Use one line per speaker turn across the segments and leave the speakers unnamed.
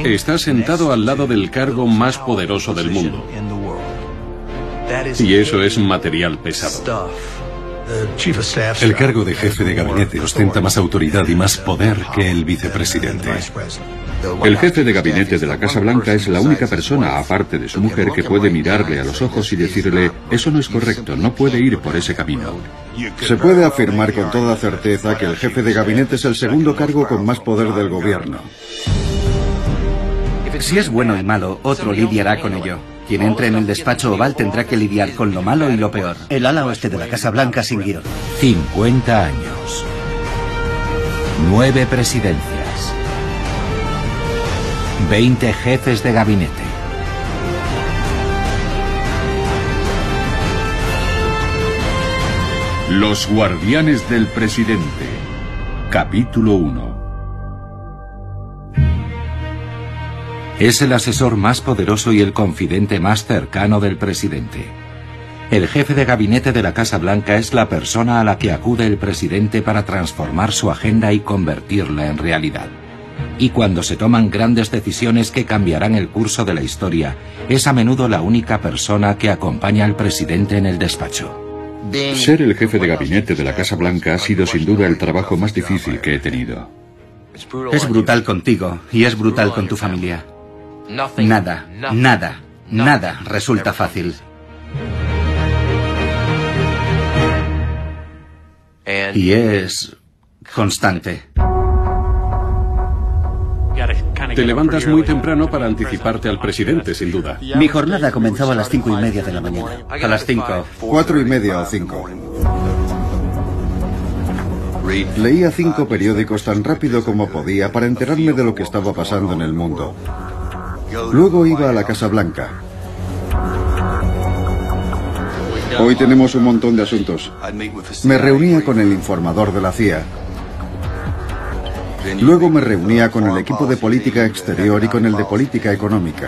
Está sentado al lado del cargo más poderoso del mundo. Y eso es material pesado.
El cargo de jefe de gabinete ostenta más autoridad y más poder que el vicepresidente.
El jefe de gabinete de la Casa Blanca es la única persona, aparte de su mujer, que puede mirarle a los ojos y decirle: eso no es correcto, no puede ir por ese camino.
Se puede afirmar con toda certeza que el jefe de gabinete es el segundo cargo con más poder del gobierno.
Si es bueno y malo, otro lidiará con ello. Quien entre en el despacho oval tendrá que lidiar con lo malo y lo peor. El ala oeste de la Casa Blanca sin guión.
50 años. 9 presidencias. 20 jefes de gabinete.
Los guardianes del presidente. Capítulo 1.
Es el asesor más poderoso y el confidente más cercano del presidente. El jefe de gabinete de la Casa Blanca es la persona a la que acude el presidente para transformar su agenda y convertirla en realidad. Y cuando se toman grandes decisiones que cambiarán el curso de la historia, es a menudo la única persona que acompaña al presidente en el despacho.
Ser el jefe de gabinete de la Casa Blanca ha sido sin duda el trabajo más difícil que he tenido.
Es brutal contigo y es brutal con tu familia. Nada resulta fácil. Y es constante.
Te levantas muy temprano para anticiparte al presidente, sin duda.
Mi jornada comenzaba a las 5:30 de la mañana. A las 5.
4:30 o 5. Leía 5 periódicos tan rápido como podía para enterarme de lo que estaba pasando en el mundo. Luego iba a la Casa Blanca. Hoy tenemos un montón de asuntos. Me reunía con el informador de la CIA. Luego me reunía con el equipo de política exterior y con el de política económica.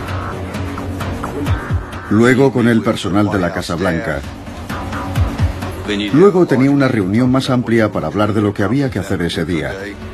Luego con el personal de la Casa Blanca. Luego tenía una reunión más amplia para hablar de lo que había que hacer ese día.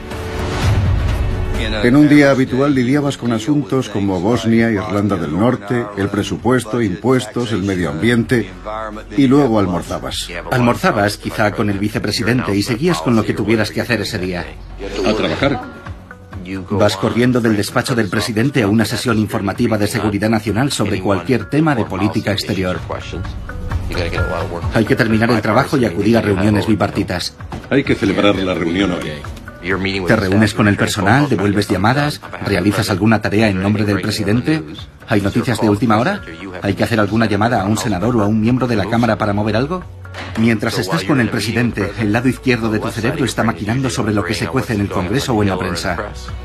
En un día habitual lidiabas con asuntos como Bosnia, Irlanda del Norte, el presupuesto, impuestos, el medio ambiente, y luego almorzabas.
Almorzabas quizá con el vicepresidente y seguías con lo que tuvieras que hacer ese día.
A trabajar.
Vas corriendo del despacho del presidente a una sesión informativa de seguridad nacional sobre cualquier tema de política exterior. Hay que terminar el trabajo y acudir a reuniones bipartitas.
Hay que celebrar la reunión hoy.
Te reúnes con el personal, devuelves llamadas, realizas alguna tarea en nombre del presidente. ¿Hay noticias de última hora? ¿Hay que hacer alguna llamada a un senador o a un miembro de la Cámara para mover algo? Mientras estás con el presidente, el lado izquierdo de tu cerebro está maquinando sobre lo que se cuece en el Congreso o en la prensa.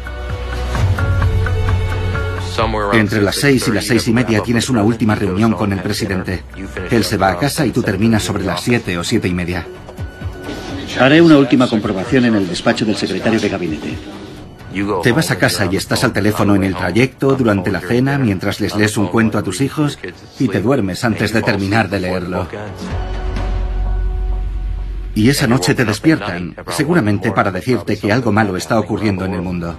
Entre las 6 y las 6:30 tienes una última reunión con el presidente. Él se va a casa y tú terminas sobre las 7 o 7:30.
Haré una última comprobación en el despacho del secretario de gabinete.
Te vas a casa y estás al teléfono en el trayecto, durante la cena, mientras les lees un cuento a tus hijos y te duermes antes de terminar de leerlo. Y esa noche te despiertan, seguramente para decirte que algo malo está ocurriendo en el mundo.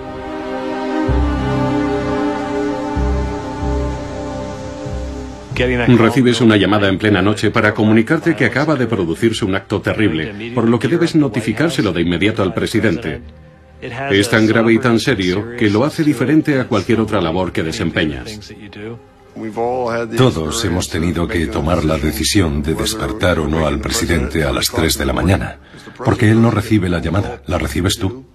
Recibes una llamada en plena noche para comunicarte que acaba de producirse un acto terrible, por lo que debes notificárselo de inmediato al presidente. Es tan grave y tan serio que lo hace diferente a cualquier otra labor que desempeñas.
Todos hemos tenido que tomar la decisión de despertar o no al presidente a las 3 de la mañana, porque él no recibe la llamada, la recibes tú.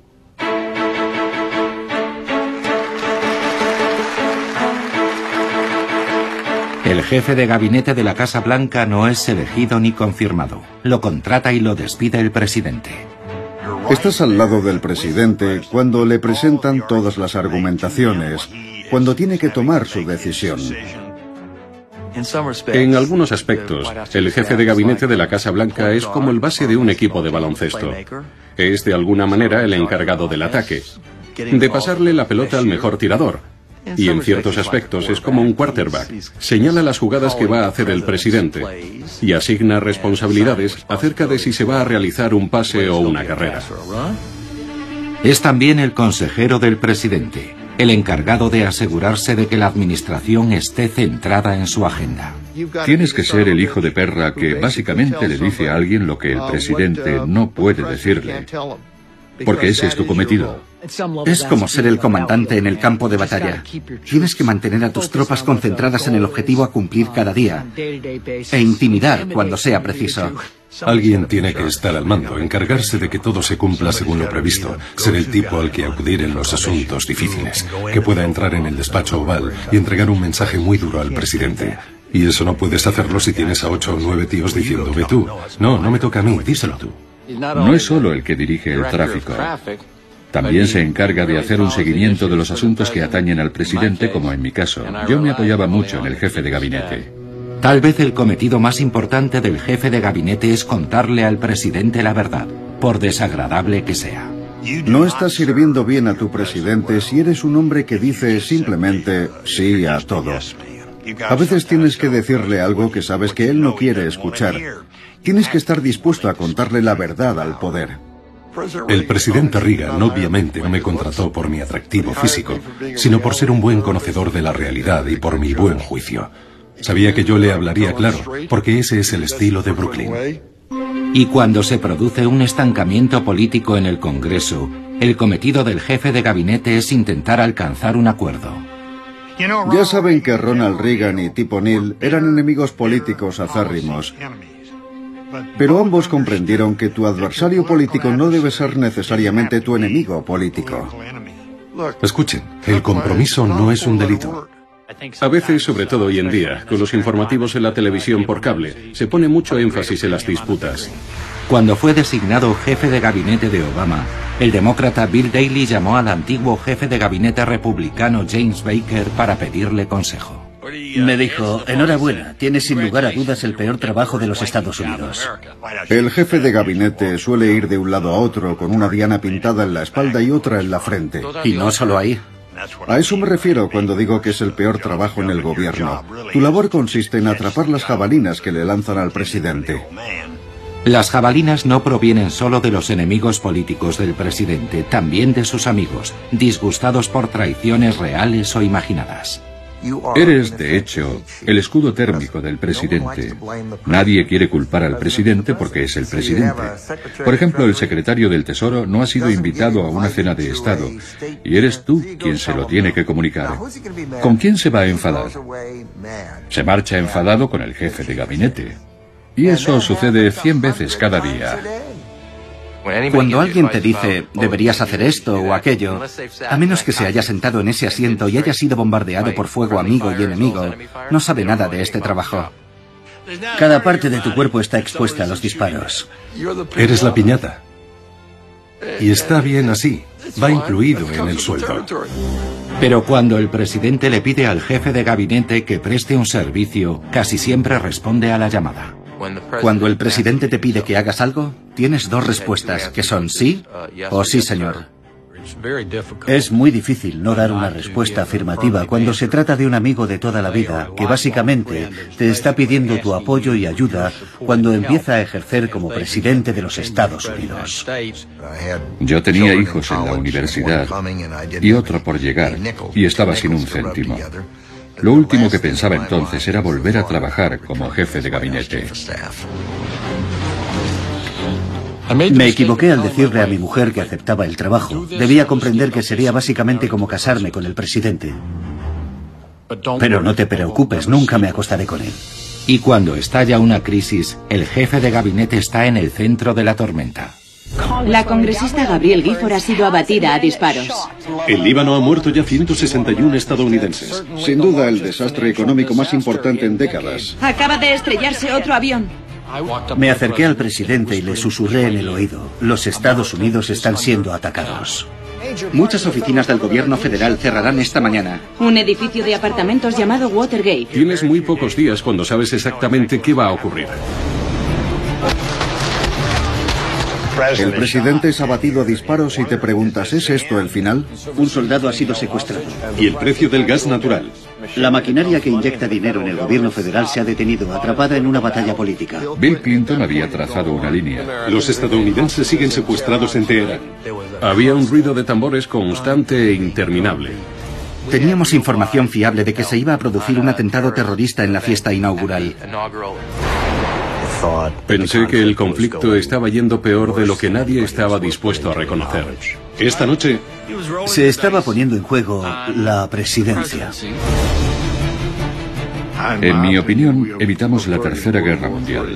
El jefe de gabinete de la Casa Blanca no es elegido ni confirmado. Lo contrata y lo despide el presidente.
Estás al lado del presidente cuando le presentan todas las argumentaciones, cuando tiene que tomar su decisión.
En algunos aspectos, el jefe de gabinete de la Casa Blanca es como el base de un equipo de baloncesto. Es de alguna manera el encargado del ataque, de pasarle la pelota al mejor tirador. Y en ciertos aspectos es como un quarterback. Señala las jugadas que va a hacer el presidente y asigna responsabilidades acerca de si se va a realizar un pase o una carrera.
Es también el consejero del presidente. el encargado de asegurarse de que la administración esté centrada en su agenda.
Tienes que ser el hijo de perra que básicamente le dice a alguien lo que el presidente no puede decirle, porque ese es tu cometido.
Es como ser el comandante en el campo de batalla. Tienes que mantener a tus tropas concentradas en el objetivo a cumplir cada día e intimidar cuando sea preciso.
Alguien tiene que estar al mando, encargarse de que todo se cumpla según lo previsto, ser el tipo al que acudir en los asuntos difíciles, que pueda entrar en el despacho oval y entregar un mensaje muy duro al presidente. Y eso no puedes hacerlo si tienes a 8 o 9 tíos diciendo, ve tú. No, no me toca a mí, díselo tú.
No es solo el que dirige el tráfico. También se encarga de hacer un seguimiento de los asuntos que atañen al presidente, como en mi caso. Yo me apoyaba mucho en el jefe de gabinete.
Tal vez el cometido más importante del jefe de gabinete es contarle al presidente la verdad, por desagradable que sea.
No estás sirviendo bien a tu presidente si eres un hombre que dice simplemente sí a todo. A veces tienes que decirle algo que sabes que él no quiere escuchar. Tienes que estar dispuesto a contarle la verdad al poder.
El presidente Reagan obviamente no me contrató por mi atractivo físico, sino por ser un buen conocedor de la realidad y por mi buen juicio. Sabía que yo le hablaría claro, porque ese es el estilo de Brooklyn.
Y cuando se produce un estancamiento político en el Congreso, el cometido del jefe de gabinete es intentar alcanzar un acuerdo.
Ya saben que Ronald Reagan y Tip O'Neill eran enemigos políticos acérrimos. Pero ambos comprendieron que tu adversario político no debe ser necesariamente tu enemigo político.
Escuchen, el compromiso no es un delito.
A veces, sobre todo hoy en día, con los informativos en la televisión por cable, se pone mucho énfasis en las disputas.
Cuando fue designado jefe de gabinete de Obama, el demócrata Bill Daley llamó al antiguo jefe de gabinete republicano James Baker para pedirle consejo.
Me dijo, enhorabuena, tienes sin lugar a dudas el peor trabajo de los Estados Unidos.
El jefe de gabinete suele ir de un lado a otro con una diana pintada en la espalda y otra en la frente.
Y no solo ahí.
A eso me refiero cuando digo que es el peor trabajo en el gobierno. Tu labor consiste en atrapar las jabalinas que le lanzan al presidente.
Las jabalinas no provienen solo de los enemigos políticos del presidente, también de sus amigos, disgustados por traiciones reales o imaginadas.
Eres, de hecho, el escudo térmico del presidente. Nadie quiere culpar al presidente porque es el presidente. Por ejemplo, el secretario del Tesoro no ha sido invitado a una cena de Estado y eres tú quien se lo tiene que comunicar. ¿Con quién se va a enfadar? Se marcha enfadado con el jefe de gabinete. Y eso sucede 100 veces cada día.
Cuando alguien te dice, deberías hacer esto o aquello, a menos que se haya sentado en ese asiento y haya sido bombardeado por fuego amigo y enemigo, no sabe nada de este trabajo.
Cada parte de tu cuerpo está expuesta a los disparos.
Eres la piñata. Y está bien así. Va incluido en el sueldo.
Pero cuando el presidente le pide al jefe de gabinete que preste un servicio, casi siempre responde a la llamada.
Cuando el presidente te pide que hagas algo, tienes dos respuestas, que son sí o sí, señor.
Es muy difícil no dar una respuesta afirmativa cuando se trata de un amigo de toda la vida que básicamente te está pidiendo tu apoyo y ayuda cuando empieza a ejercer como presidente de los Estados Unidos.
Yo tenía hijos en la universidad y otro por llegar y estaba sin un céntimo. Lo último que pensaba entonces era volver a trabajar como jefe de gabinete.
Me equivoqué al decirle a mi mujer que aceptaba el trabajo. Debía comprender que sería básicamente como casarme con el presidente. Pero no te preocupes, nunca me acostaré con él.
Y cuando estalla una crisis, el jefe de gabinete está en el centro de la tormenta.
La congresista Gabrielle Gifford ha sido abatida a disparos.
En Líbano han muerto ya 161 estadounidenses.
Sin duda el desastre económico más importante en décadas.
Acaba de estrellarse otro avión.
Me acerqué al presidente y le susurré en el oído. Los Estados Unidos están siendo atacados.
Muchas oficinas del gobierno federal cerrarán esta mañana.
Un edificio de apartamentos llamado Watergate.
Tienes muy pocos días cuando sabes exactamente qué va a ocurrir.
El presidente es abatido a disparos y te preguntas, ¿es esto el final?
Un soldado ha sido secuestrado.
¿Y el precio del gas natural?
La maquinaria que inyecta dinero en el gobierno federal se ha detenido, atrapada en una batalla política.
Bill Clinton había trazado una línea.
Los estadounidenses siguen secuestrados en Teherán. Había un ruido de tambores constante e interminable.
Teníamos información fiable de que se iba a producir un atentado terrorista en la fiesta inaugural.
Pensé que el conflicto estaba yendo peor de lo que nadie estaba dispuesto a reconocer. Esta noche
se estaba poniendo en juego la presidencia.
En mi opinión, evitamos la Tercera Guerra Mundial.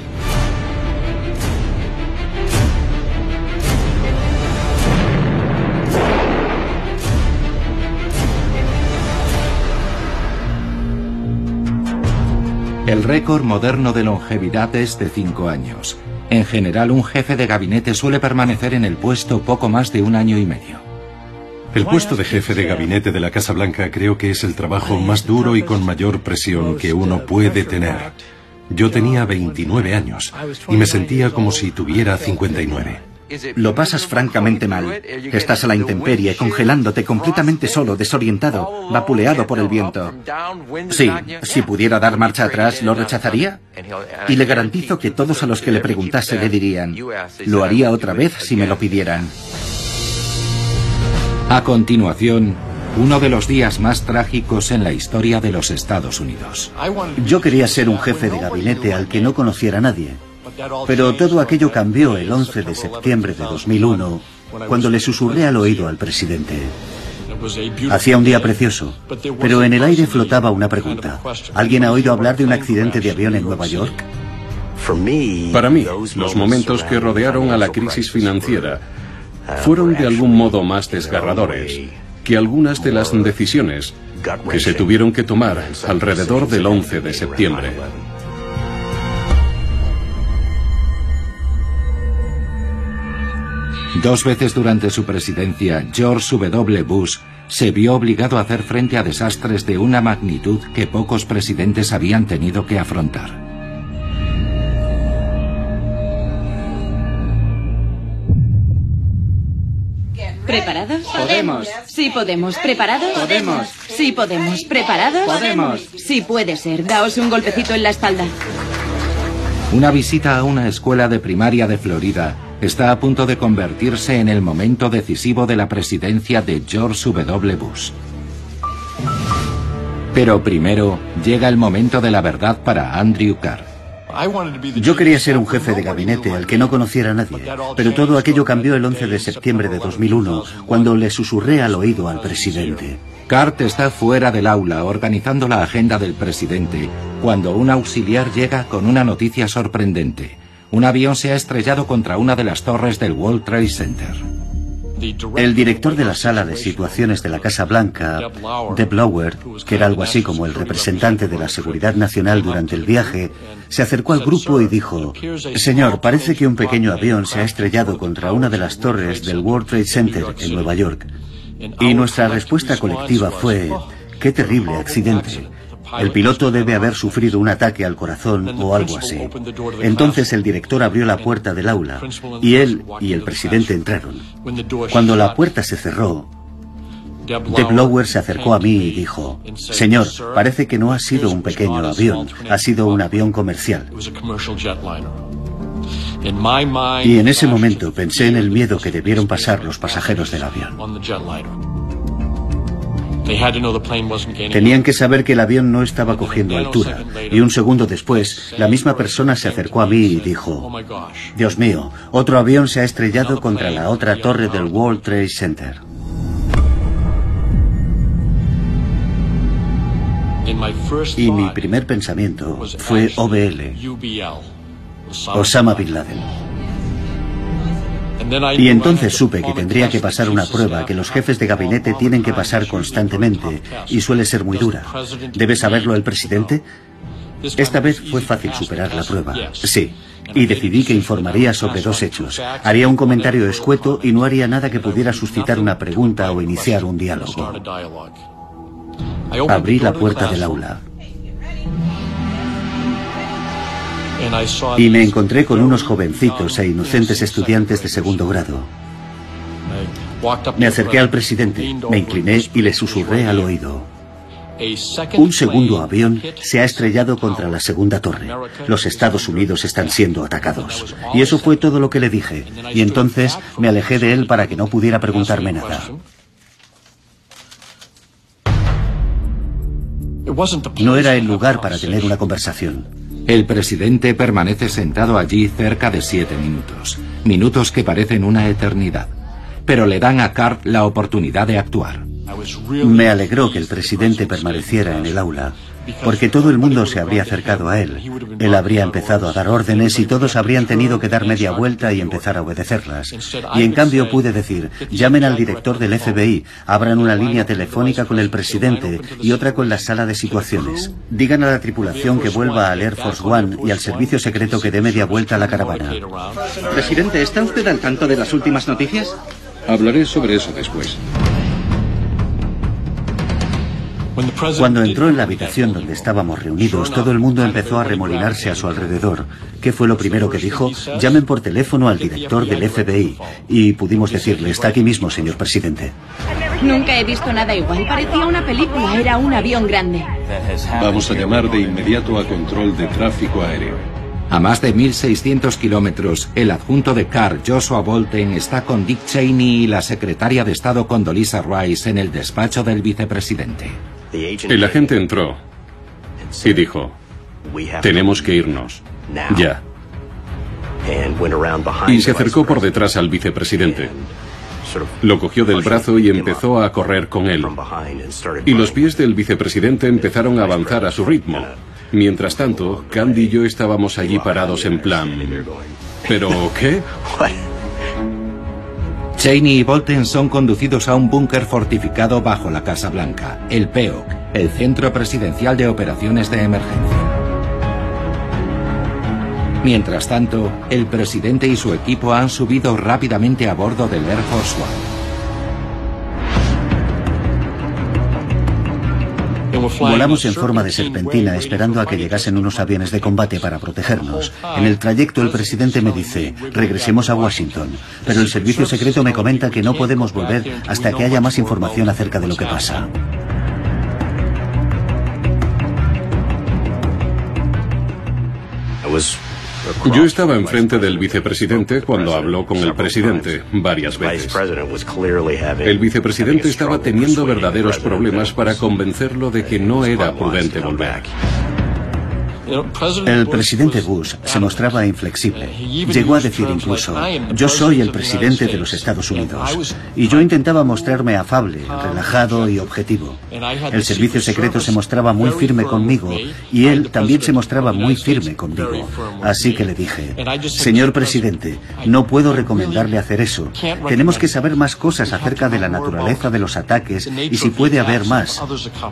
El récord moderno de longevidad es de 5 años. En general, un jefe de gabinete suele permanecer en el puesto poco más de 1 año y medio.
El puesto de jefe de gabinete de la Casa Blanca creo que es el trabajo más duro y con mayor presión que uno puede tener. Yo tenía 29 años y me sentía como si tuviera 59.
Lo pasas francamente mal. Estás a la intemperie, congelándote completamente solo, desorientado, vapuleado por el viento. Sí, si pudiera dar marcha atrás, ¿lo rechazaría? Y le garantizo que todos a los que le preguntase le dirían, lo haría otra vez si me lo pidieran.
A continuación, uno de los días más trágicos en la historia de los Estados Unidos.
Yo quería ser un jefe de gabinete al que no conociera nadie. Pero todo aquello cambió el 11 de septiembre de 2001, cuando le susurré al oído al presidente. Hacía un día precioso, pero en el aire flotaba una pregunta. ¿Alguien ha oído hablar de un accidente de avión en Nueva York?
Para mí, los momentos que rodearon a la crisis financiera fueron de algún modo más desgarradores que algunas de las decisiones que se tuvieron que tomar alrededor del 11 de septiembre.
Dos veces durante su presidencia, George W. Bush se vio obligado a hacer frente a desastres de una magnitud que pocos presidentes habían tenido que afrontar.
¿Preparados?
Podemos.
Sí podemos. ¿Preparados?
Podemos.
Sí podemos. ¿Preparados?
Podemos.
Sí puede ser. Daos un golpecito en la espalda.
Una visita a una escuela de primaria de Florida está a punto de convertirse en el momento decisivo de la presidencia de George W. Bush. Pero primero llega el momento de la verdad para Andrew Carr.
Yo quería ser un jefe de gabinete al que no conociera nadie, pero todo aquello cambió el 11 de septiembre de 2001, cuando le susurré al oído al presidente.
Carr está fuera del aula organizando la agenda del presidente cuando un auxiliar llega con una noticia sorprendente. Un avión se ha estrellado contra una de las torres del World Trade Center.
El director de la sala de situaciones de la Casa Blanca, Deb Lower, que era algo así como el representante de la seguridad nacional durante el viaje, se acercó al grupo y dijo, «Señor, parece que un pequeño avión se ha estrellado contra una de las torres del World Trade Center en Nueva York». Y nuestra respuesta colectiva fue, «Qué terrible accidente. El piloto debe haber sufrido un ataque al corazón o algo así». Entonces el director abrió la puerta del aula y él y el presidente entraron. Cuando la puerta se cerró, Deb Lower se acercó a mí y dijo, «Señor, parece que no ha sido un pequeño avión, ha sido un avión comercial». Y en ese momento pensé en el miedo que debieron pasar los pasajeros del avión. Tenían que saber que el avión no estaba cogiendo altura, y un segundo después, la misma persona se acercó a mí y dijo, «Dios mío, otro avión se ha estrellado contra la otra torre del World Trade Center». Y mi primer pensamiento fue OBL, Osama Bin Laden. Y entonces supe que tendría que pasar una prueba que los jefes de gabinete tienen que pasar constantemente y suele ser muy dura. ¿Debe saberlo el presidente? Esta vez fue fácil superar la prueba. Sí. Y decidí que informaría sobre dos hechos. Haría un comentario escueto y no haría nada que pudiera suscitar una pregunta o iniciar un diálogo. Abrí la puerta del aula. Y me encontré con unos jovencitos e inocentes estudiantes de segundo grado. Me acerqué al presidente, me incliné y le susurré al oído. Un segundo avión se ha estrellado contra la segunda torre. Los Estados Unidos están siendo atacados. Y eso fue todo lo que le dije. Y entonces me alejé de él para que no pudiera preguntarme nada. No era el lugar para tener una conversación.
El presidente permanece sentado allí cerca de 7 minutos. Minutos que parecen una eternidad. Pero le dan a Carr la oportunidad de actuar.
Me alegró que el presidente permaneciera en el aula, porque todo el mundo se habría acercado a él. Él habría empezado a dar órdenes y todos habrían tenido que dar media vuelta y empezar a obedecerlas. Y en cambio pude decir, llamen al director del FBI, abran una línea telefónica con el presidente y otra con la sala de situaciones. Digan a la tripulación que vuelva al Air Force One y al servicio secreto que dé media vuelta a la caravana.
Presidente, ¿está usted al tanto de las últimas noticias?
Hablaré sobre eso después.
Cuando entró en la habitación donde estábamos reunidos, todo el mundo empezó a remolinarse a su alrededor. ¿Qué fue lo primero que dijo? Llamen por teléfono al director del FBI. Y pudimos decirle, está aquí mismo, señor presidente.
Nunca he visto nada igual. Parecía una película. Era un avión grande.
Vamos a llamar de inmediato a control de tráfico aéreo.
A más de 1.600 kilómetros, el adjunto de Carr, Joshua Bolten, está con Dick Cheney y la secretaria de Estado Condoleezza Rice en el despacho del vicepresidente.
El agente entró y dijo, tenemos que irnos, ya. Y se acercó por detrás al vicepresidente. Lo cogió del brazo y empezó a correr con él. Y los pies del vicepresidente empezaron a avanzar a su ritmo. Mientras tanto, Candy y yo estábamos allí parados en plan, ¿pero qué?
Cheney y Bolten son conducidos a un búnker fortificado bajo la Casa Blanca, el PEOC, el Centro Presidencial de Operaciones de Emergencia. Mientras tanto, el presidente y su equipo han subido rápidamente a bordo del Air Force One.
Volamos en forma de serpentina esperando a que llegasen unos aviones de combate para protegernos. En el trayecto el presidente me dice, regresemos a Washington, pero el servicio secreto me comenta que no podemos volver hasta que haya más información acerca de lo que pasa.
Yo estaba enfrente del vicepresidente cuando habló con el presidente varias veces. El vicepresidente estaba teniendo verdaderos problemas para convencerlo de que no era prudente volver.
El presidente Bush se mostraba inflexible. Llegó a decir incluso, yo soy el presidente de los Estados Unidos. Y yo intentaba mostrarme afable, relajado y objetivo. El servicio secreto se mostraba muy firme conmigo y él también se mostraba muy firme conmigo. Así que le dije, señor presidente, no puedo recomendarle hacer eso. Tenemos que saber más cosas acerca de la naturaleza de los ataques y si puede haber más.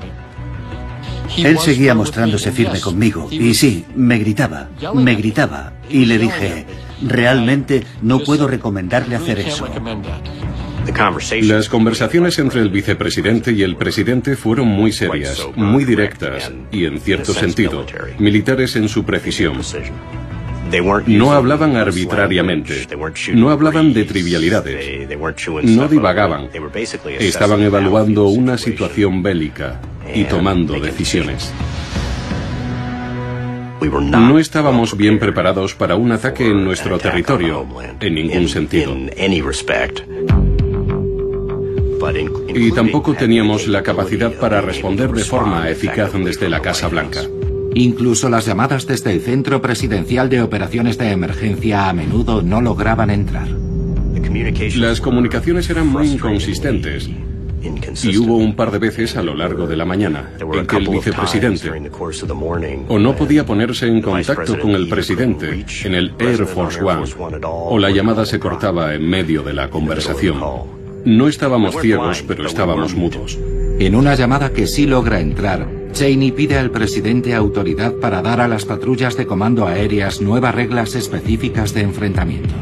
Él seguía mostrándose firme conmigo y sí, me gritaba, y le dije, realmente no puedo recomendarle hacer eso.
Las conversaciones entre el vicepresidente y el presidente fueron muy serias, muy directas y, en cierto sentido, militares en su precisión. No hablaban arbitrariamente, no hablaban de trivialidades, no divagaban, estaban evaluando una situación bélica y tomando decisiones. No estábamos bien preparados para un ataque en nuestro territorio, en ningún sentido. Y tampoco teníamos la capacidad para responder de forma eficaz desde la Casa Blanca.
Incluso las llamadas desde el Centro Presidencial de Operaciones de Emergencia a menudo no lograban entrar.
Las comunicaciones eran muy inconsistentes. Y hubo un par de veces a lo largo de la mañana en que el vicepresidente o no podía ponerse en contacto con el presidente en el Air Force One, o la llamada se cortaba en medio de la conversación. No estábamos ciegos, pero estábamos mudos.
En una llamada que sí logra entrar, Cheney pide al presidente autoridad para dar a las patrullas de comando aéreas nuevas reglas específicas de enfrentamiento.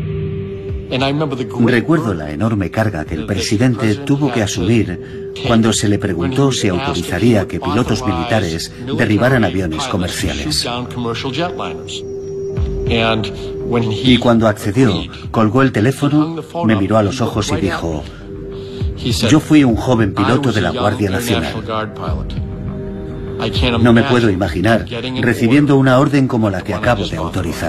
Recuerdo la enorme carga que el presidente tuvo que asumir cuando se le preguntó si autorizaría que pilotos militares derribaran aviones comerciales. Y cuando accedió, colgó el teléfono, me miró a los ojos y dijo, yo fui un joven piloto de la Guardia Nacional. No me puedo imaginar recibiendo una orden como la que acabo de autorizar.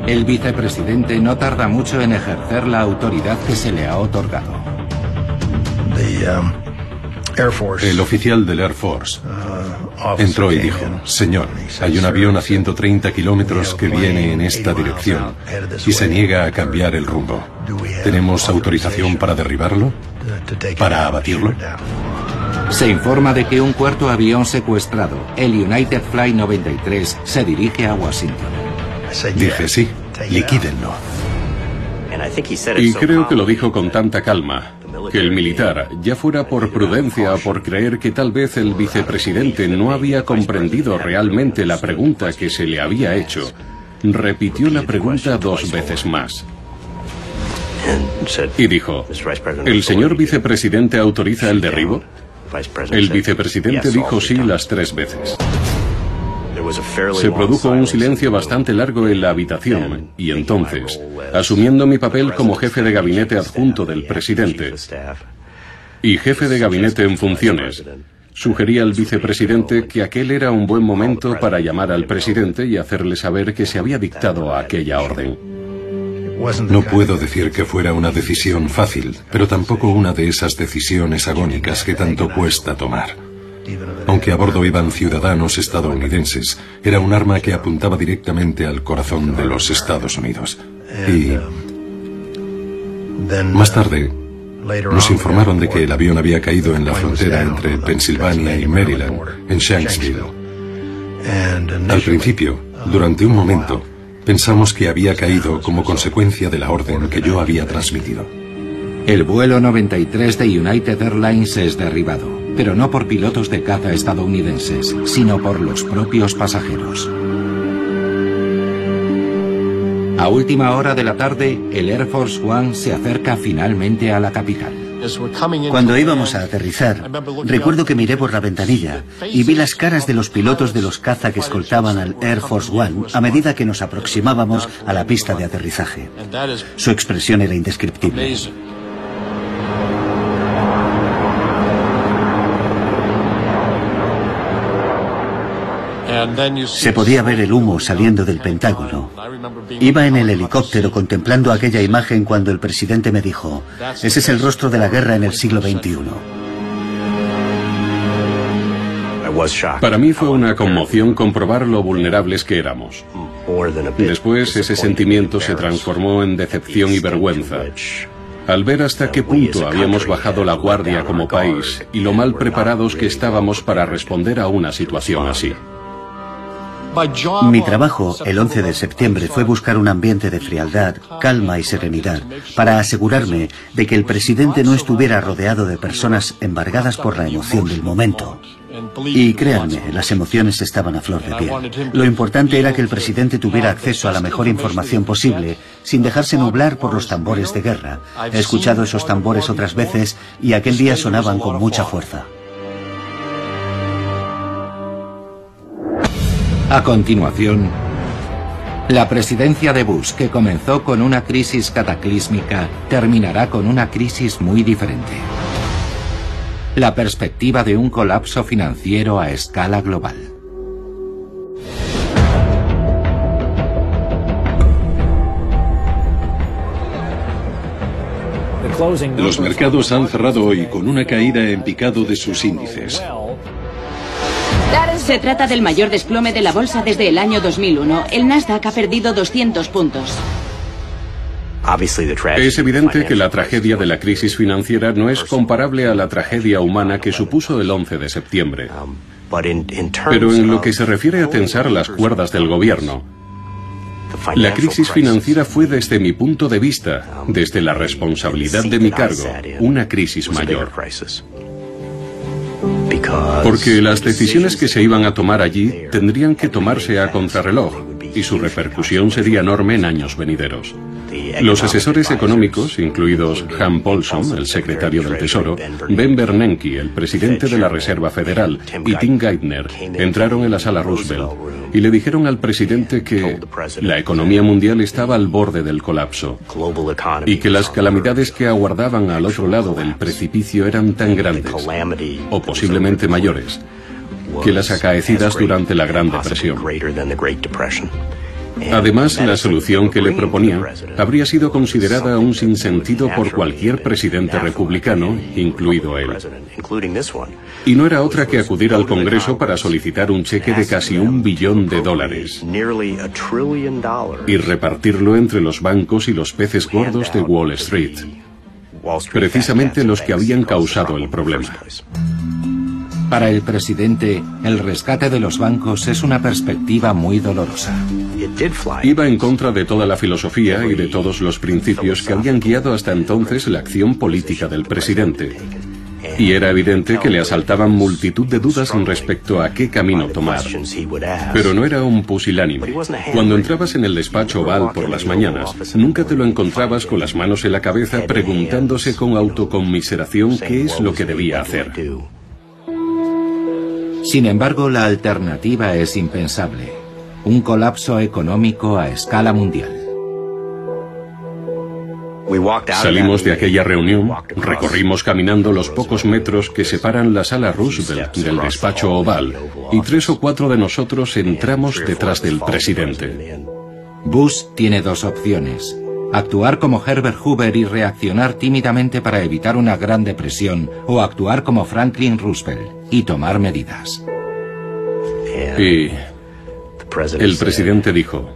El vicepresidente no tarda mucho en ejercer la autoridad que se le ha otorgado.
El oficial del Air Force entró y dijo: señor, hay un avión a 130 kilómetros que viene en esta dirección y se niega a cambiar el rumbo. ¿Tenemos autorización para derribarlo? ¿Para abatirlo?
Se informa de que un cuarto avión secuestrado, el United Flight 93, se dirige a Washington.
Dije: sí, liquídenlo.
Y creo que lo dijo con tanta calma, que el militar, ya fuera por prudencia o por creer que tal vez el vicepresidente no había comprendido realmente la pregunta que se le había hecho, repitió la pregunta 2 veces más. Y dijo: ¿el señor vicepresidente autoriza el derribo? El vicepresidente dijo sí las 3 veces. Se produjo un silencio bastante largo en la habitación y entonces, asumiendo mi papel como jefe de gabinete adjunto del presidente y jefe de gabinete en funciones, sugerí al vicepresidente que aquel era un buen momento para llamar al presidente y hacerle saber que se había dictado aquella orden.
No puedo decir que fuera una decisión fácil, pero tampoco una de esas decisiones agónicas que tanto cuesta tomar. Aunque a bordo iban ciudadanos estadounidenses, era un arma que apuntaba directamente al corazón de los Estados Unidos. Y más tarde, nos informaron de que el avión había caído en la frontera entre Pensilvania y Maryland, en Shanksville. Al principio, durante un momento, pensamos que había caído como consecuencia de la orden que yo había transmitido.
El vuelo 93 de United Airlines es derribado, pero no por pilotos de caza estadounidenses, sino por los propios pasajeros. A última hora de la tarde, el Air Force One se acerca finalmente a la capital.
Cuando íbamos a aterrizar, recuerdo que miré por la ventanilla y vi las caras de los pilotos de los caza que escoltaban al Air Force One a medida que nos aproximábamos a la pista de aterrizaje. Su expresión era indescriptible. Se podía ver el humo saliendo del Pentágono. Iba en el helicóptero contemplando aquella imagen cuando el presidente me dijo: ese es el rostro de la guerra en el siglo XXI.
Para mí fue una conmoción comprobar lo vulnerables que éramos. Después ese sentimiento se transformó en decepción y vergüenza, al ver hasta qué punto habíamos bajado la guardia como país y lo mal preparados que estábamos para responder a una situación así.
Mi trabajo el 11 de septiembre fue buscar un ambiente de frialdad, calma y serenidad para asegurarme de que el presidente no estuviera rodeado de personas embargadas por la emoción del momento. Y créanme, las emociones estaban a flor de piel. Lo importante era que el presidente tuviera acceso a la mejor información posible sin dejarse nublar por los tambores de guerra. He escuchado esos tambores otras veces y aquel día sonaban con mucha fuerza.
A continuación, la presidencia de Bush, que comenzó con una crisis cataclísmica, terminará con una crisis muy diferente. La perspectiva de un colapso financiero a escala global.
Los mercados han cerrado hoy con una caída en picado de sus índices.
Se trata del mayor desplome de la bolsa desde el año 2001. El Nasdaq ha perdido 200 puntos.
Es evidente que la tragedia de la crisis financiera no es comparable a la tragedia humana que supuso el 11 de septiembre. Pero en lo que se refiere a tensar las cuerdas del gobierno, la crisis financiera fue, desde mi punto de vista, desde la responsabilidad de mi cargo, una crisis mayor. Porque las decisiones que se iban a tomar allí tendrían que tomarse a contrarreloj y su repercusión sería enorme en años venideros. Los asesores económicos, incluidos Han Paulson, el secretario del Tesoro, Ben Bernanke, el presidente de la Reserva Federal, y Tim Geithner, entraron en la sala Roosevelt y le dijeron al presidente que la economía mundial estaba al borde del colapso y que las calamidades que aguardaban al otro lado del precipicio eran tan grandes, o posiblemente mayores, que las acaecidas durante la Gran Depresión. Además, la solución que le proponían habría sido considerada un sinsentido por cualquier presidente republicano, incluido él. Y no era otra que acudir al Congreso para solicitar un cheque de casi $1 billón y repartirlo entre los bancos y los peces gordos de Wall Street, precisamente los que habían causado el problema.
Para el presidente, el rescate de los bancos es una perspectiva muy dolorosa.
Iba en contra de toda la filosofía y de todos los principios que habían guiado hasta entonces la acción política del presidente. Y era evidente que le asaltaban multitud de dudas respecto a qué camino tomar. Pero no era un pusilánime. Cuando entrabas en el despacho Oval por las mañanas, nunca te lo encontrabas con las manos en la cabeza preguntándose con autoconmiseración qué es lo que debía hacer.
Sin embargo, la alternativa es impensable: un colapso económico a escala mundial.
Salimos de aquella reunión, recorrimos caminando los pocos metros que separan la sala Roosevelt del despacho Oval, y 3 o 4 de nosotros entramos detrás del presidente.
Bush tiene 2 opciones: actuar como Herbert Hoover y reaccionar tímidamente para evitar una gran depresión, o actuar como Franklin Roosevelt y tomar medidas.
Y el presidente dijo: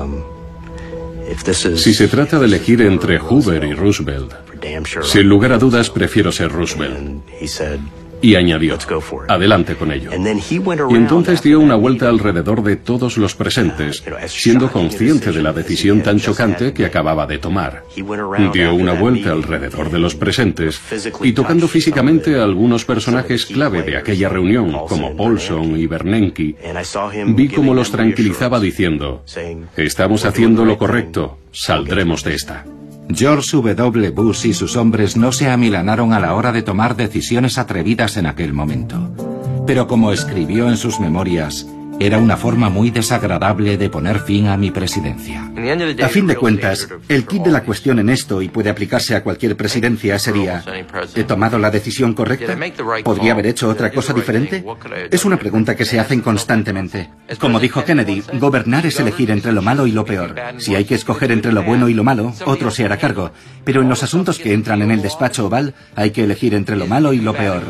si se trata de elegir entre Hoover y Roosevelt, sin lugar a dudas prefiero ser Roosevelt. Y añadió: adelante con ello. Y entonces dio una vuelta alrededor de todos los presentes, siendo consciente de la decisión tan chocante que acababa de tomar. Dio una vuelta alrededor de los presentes y, tocando físicamente a algunos personajes clave de aquella reunión, como Paulson y Bernanke, vi cómo los tranquilizaba diciendo: estamos haciendo lo correcto, saldremos de esta.
George W. Bush y sus hombres no se amilanaron a la hora de tomar decisiones atrevidas en aquel momento. Pero como escribió en sus memorias, era una forma muy desagradable de poner fin a mi presidencia.
A fin de cuentas, el kit de la cuestión en esto, y puede aplicarse a cualquier presidencia, sería: ¿he tomado la decisión correcta? ¿Podría haber hecho otra cosa diferente? Es una pregunta que se hacen constantemente. Como dijo Kennedy, gobernar es elegir entre lo malo y lo peor. Si hay que escoger entre lo bueno y lo malo, otro se hará cargo. Pero en los asuntos que entran en el despacho Oval, hay que elegir entre lo malo y lo peor.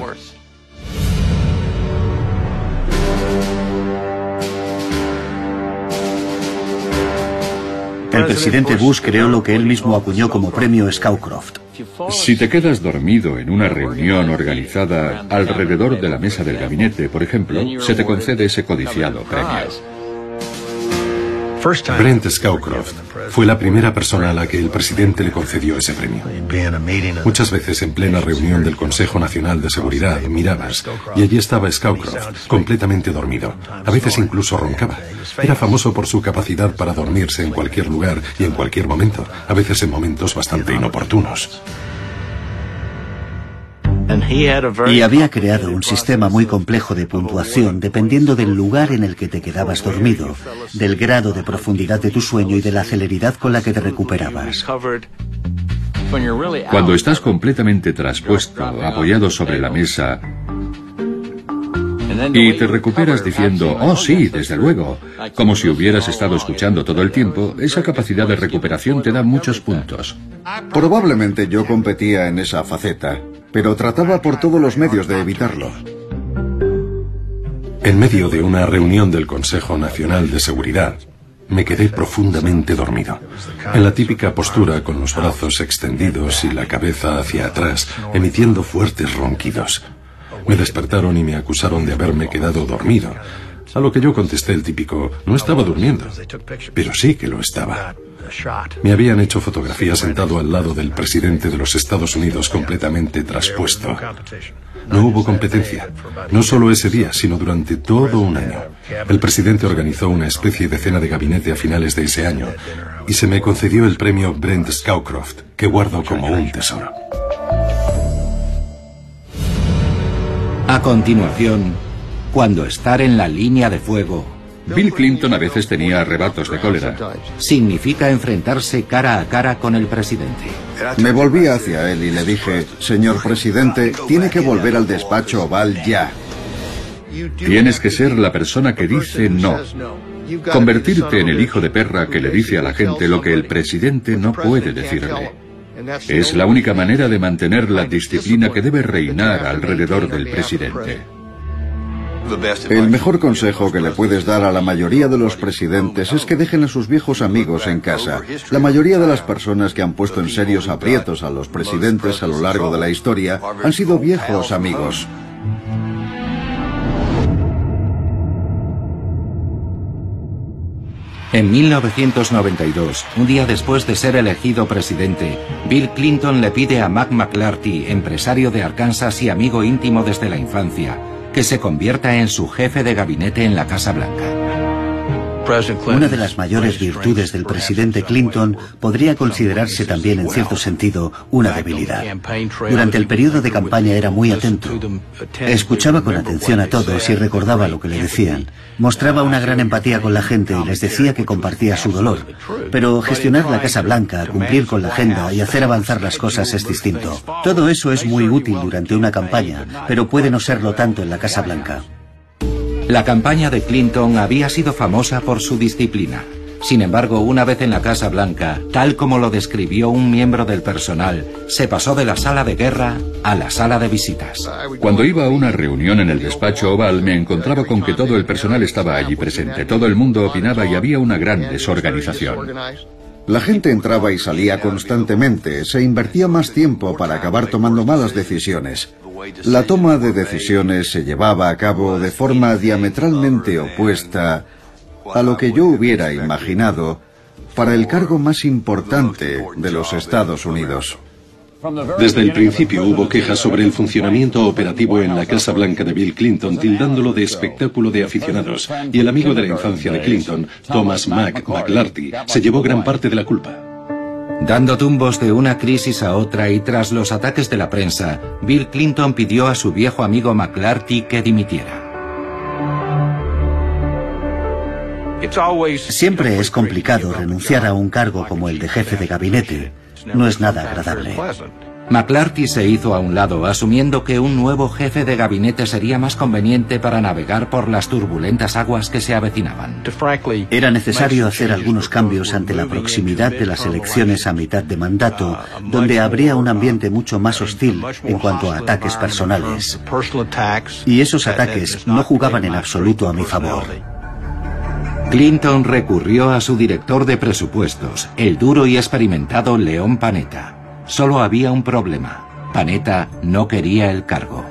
El presidente Bush creó lo que él mismo acuñó como premio Scowcroft.
Si te quedas dormido en una reunión organizada alrededor de la mesa del gabinete, por ejemplo, se te concede ese codiciado premio.
Brent Scowcroft fue la primera persona a la que el presidente le concedió ese premio. Muchas veces en plena reunión del Consejo Nacional de Seguridad mirabas y allí estaba Scowcroft, completamente dormido. A veces incluso roncaba. Era famoso por su capacidad para dormirse en cualquier lugar y en cualquier momento, a veces en momentos bastante inoportunos.
Y había creado un sistema muy complejo de puntuación dependiendo del lugar en el que te quedabas dormido, del grado de profundidad de tu sueño y de la celeridad con la que te recuperabas.
Cuando estás completamente traspuesto, apoyado sobre la mesa, y te recuperas diciendo: oh sí, desde luego, como si hubieras estado escuchando todo el tiempo, esa capacidad de recuperación te da muchos puntos.
Probablemente yo competía en esa faceta, pero trataba por todos los medios de evitarlo.
En medio de una reunión del Consejo Nacional de Seguridad, me quedé profundamente dormido, en la típica postura con los brazos extendidos y la cabeza hacia atrás, emitiendo fuertes ronquidos. Me despertaron y me acusaron de haberme quedado dormido, a lo que yo contesté el típico: no estaba durmiendo, pero sí que lo estaba. Me habían hecho fotografías sentado al lado del presidente de los Estados Unidos completamente traspuesto. No hubo competencia, no solo ese día, sino durante todo un año. El presidente organizó una especie de cena de gabinete a finales de ese año y se me concedió el premio Brent Scowcroft, que guardo como un tesoro.
A continuación, cuando estar en la línea de fuego
Bill Clinton a veces tenía arrebatos de cólera.
significa enfrentarse cara a cara con el presidente.
Me volví hacia él y le dije: señor presidente, tiene que volver al despacho Oval ya.
Tienes que ser la persona que dice no. Convertirte en el hijo de perra que le dice a la gente lo que el presidente no puede decirle. Es la única manera de mantener la disciplina que debe reinar alrededor del presidente.
El mejor consejo que le puedes dar a la mayoría de los presidentes es que dejen a sus viejos amigos en casa. La mayoría de las personas que han puesto en serios aprietos a los presidentes a lo largo de la historia han sido viejos amigos.
En 1992, un día después de ser elegido presidente, Bill Clinton le pide a Mac McLarty, empresario de Arkansas y amigo íntimo desde la infancia, que se convierta en su jefe de gabinete en la Casa Blanca.
Una de las mayores virtudes del presidente Clinton podría considerarse también, en cierto sentido, una debilidad. Durante el periodo de campaña era muy atento. Escuchaba con atención a todos y recordaba lo que le decían. Mostraba una gran empatía con la gente y les decía que compartía su dolor. Pero gestionar la Casa Blanca, cumplir con la agenda y hacer avanzar las cosas es distinto. Todo eso es muy útil durante una campaña, pero puede no serlo tanto en la Casa Blanca.
La campaña de Clinton había sido famosa por su disciplina. Sin embargo, una vez en la Casa Blanca, tal como lo describió un miembro del personal, se pasó de la sala de guerra a la sala de visitas.
Cuando iba a una reunión en el despacho oval, me encontraba con que todo el personal estaba allí presente. Todo el mundo opinaba y había una gran desorganización.
La gente entraba y salía constantemente. Se invertía más tiempo para acabar tomando malas decisiones. La toma de decisiones se llevaba a cabo de forma diametralmente opuesta a lo que yo hubiera imaginado para el cargo más importante de los Estados Unidos.
Desde el principio hubo quejas sobre el funcionamiento operativo en la Casa Blanca de Bill Clinton, tildándolo de espectáculo de aficionados, y el amigo de la infancia de Clinton, Thomas Mac McLarty, se llevó gran parte de la culpa.
Dando tumbos de una crisis a otra y tras los ataques de la prensa, Bill Clinton pidió a su viejo amigo McLarty que dimitiera.
Siempre es complicado renunciar a un cargo como el de jefe de gabinete. No es nada agradable.
McLarty se hizo a un lado, asumiendo que un nuevo jefe de gabinete sería más conveniente para navegar por las turbulentas aguas que se avecinaban.
Era necesario hacer algunos cambios ante la proximidad de las elecciones a mitad de mandato, donde habría un ambiente mucho más hostil en cuanto a ataques personales. Y esos ataques no jugaban en absoluto a mi favor.
Clinton recurrió a su director de presupuestos, el duro y experimentado Leon Panetta. Solo había un problema. Panetta no quería el cargo.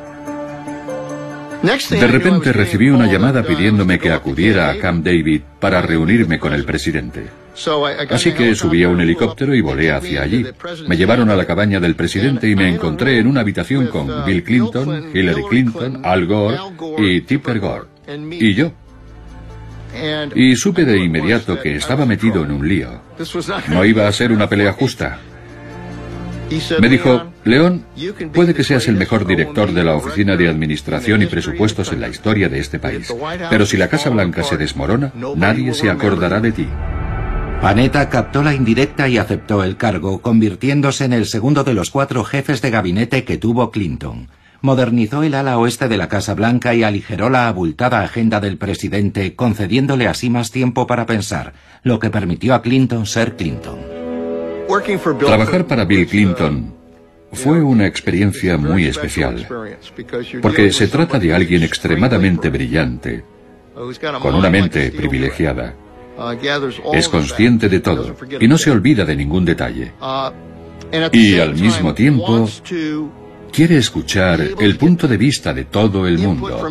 De repente recibí una llamada pidiéndome que acudiera a Camp David para reunirme con el presidente. Así que subí a un helicóptero y volé hacia allí. Me llevaron a la cabaña del presidente y me encontré en una habitación con Bill Clinton, Hillary Clinton, Al Gore y Tipper Gore. Y yo. Y supe de inmediato que estaba metido en un lío. No iba a ser una pelea justa. Me dijo, León, puede que seas el mejor director de la Oficina de Administración y Presupuestos en la historia de este país, pero si la Casa Blanca se desmorona, nadie se acordará de ti.
Panetta captó la indirecta y aceptó el cargo, convirtiéndose en el segundo de los 4 jefes de gabinete que tuvo Clinton. Modernizó el ala oeste de la Casa Blanca y aligeró la abultada agenda del presidente, concediéndole así más tiempo para pensar, lo que permitió a Clinton ser Clinton.
Trabajar para Bill Clinton fue una experiencia muy especial, porque se trata de alguien extremadamente brillante, con una mente privilegiada. Es consciente de todo y no se olvida de ningún detalle. Y al mismo tiempo, quiere escuchar el punto de vista de todo el mundo.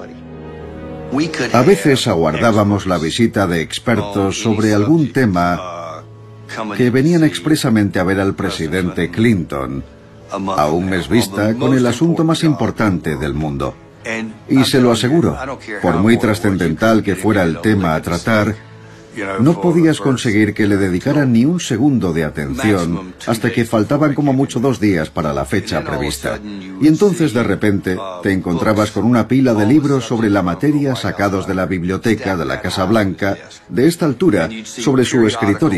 A veces aguardábamos la visita de expertos sobre algún tema que venían expresamente a ver al presidente Clinton, a un mes vista, con el asunto más importante del mundo. Y se lo aseguro, por muy trascendental que fuera el tema a tratar, no podías conseguir que le dedicaran ni un segundo de atención hasta que faltaban como mucho 2 días para la fecha prevista. Y entonces de repente te encontrabas con una pila de libros sobre la materia sacados de la biblioteca de la Casa Blanca, de esta altura, sobre su escritorio,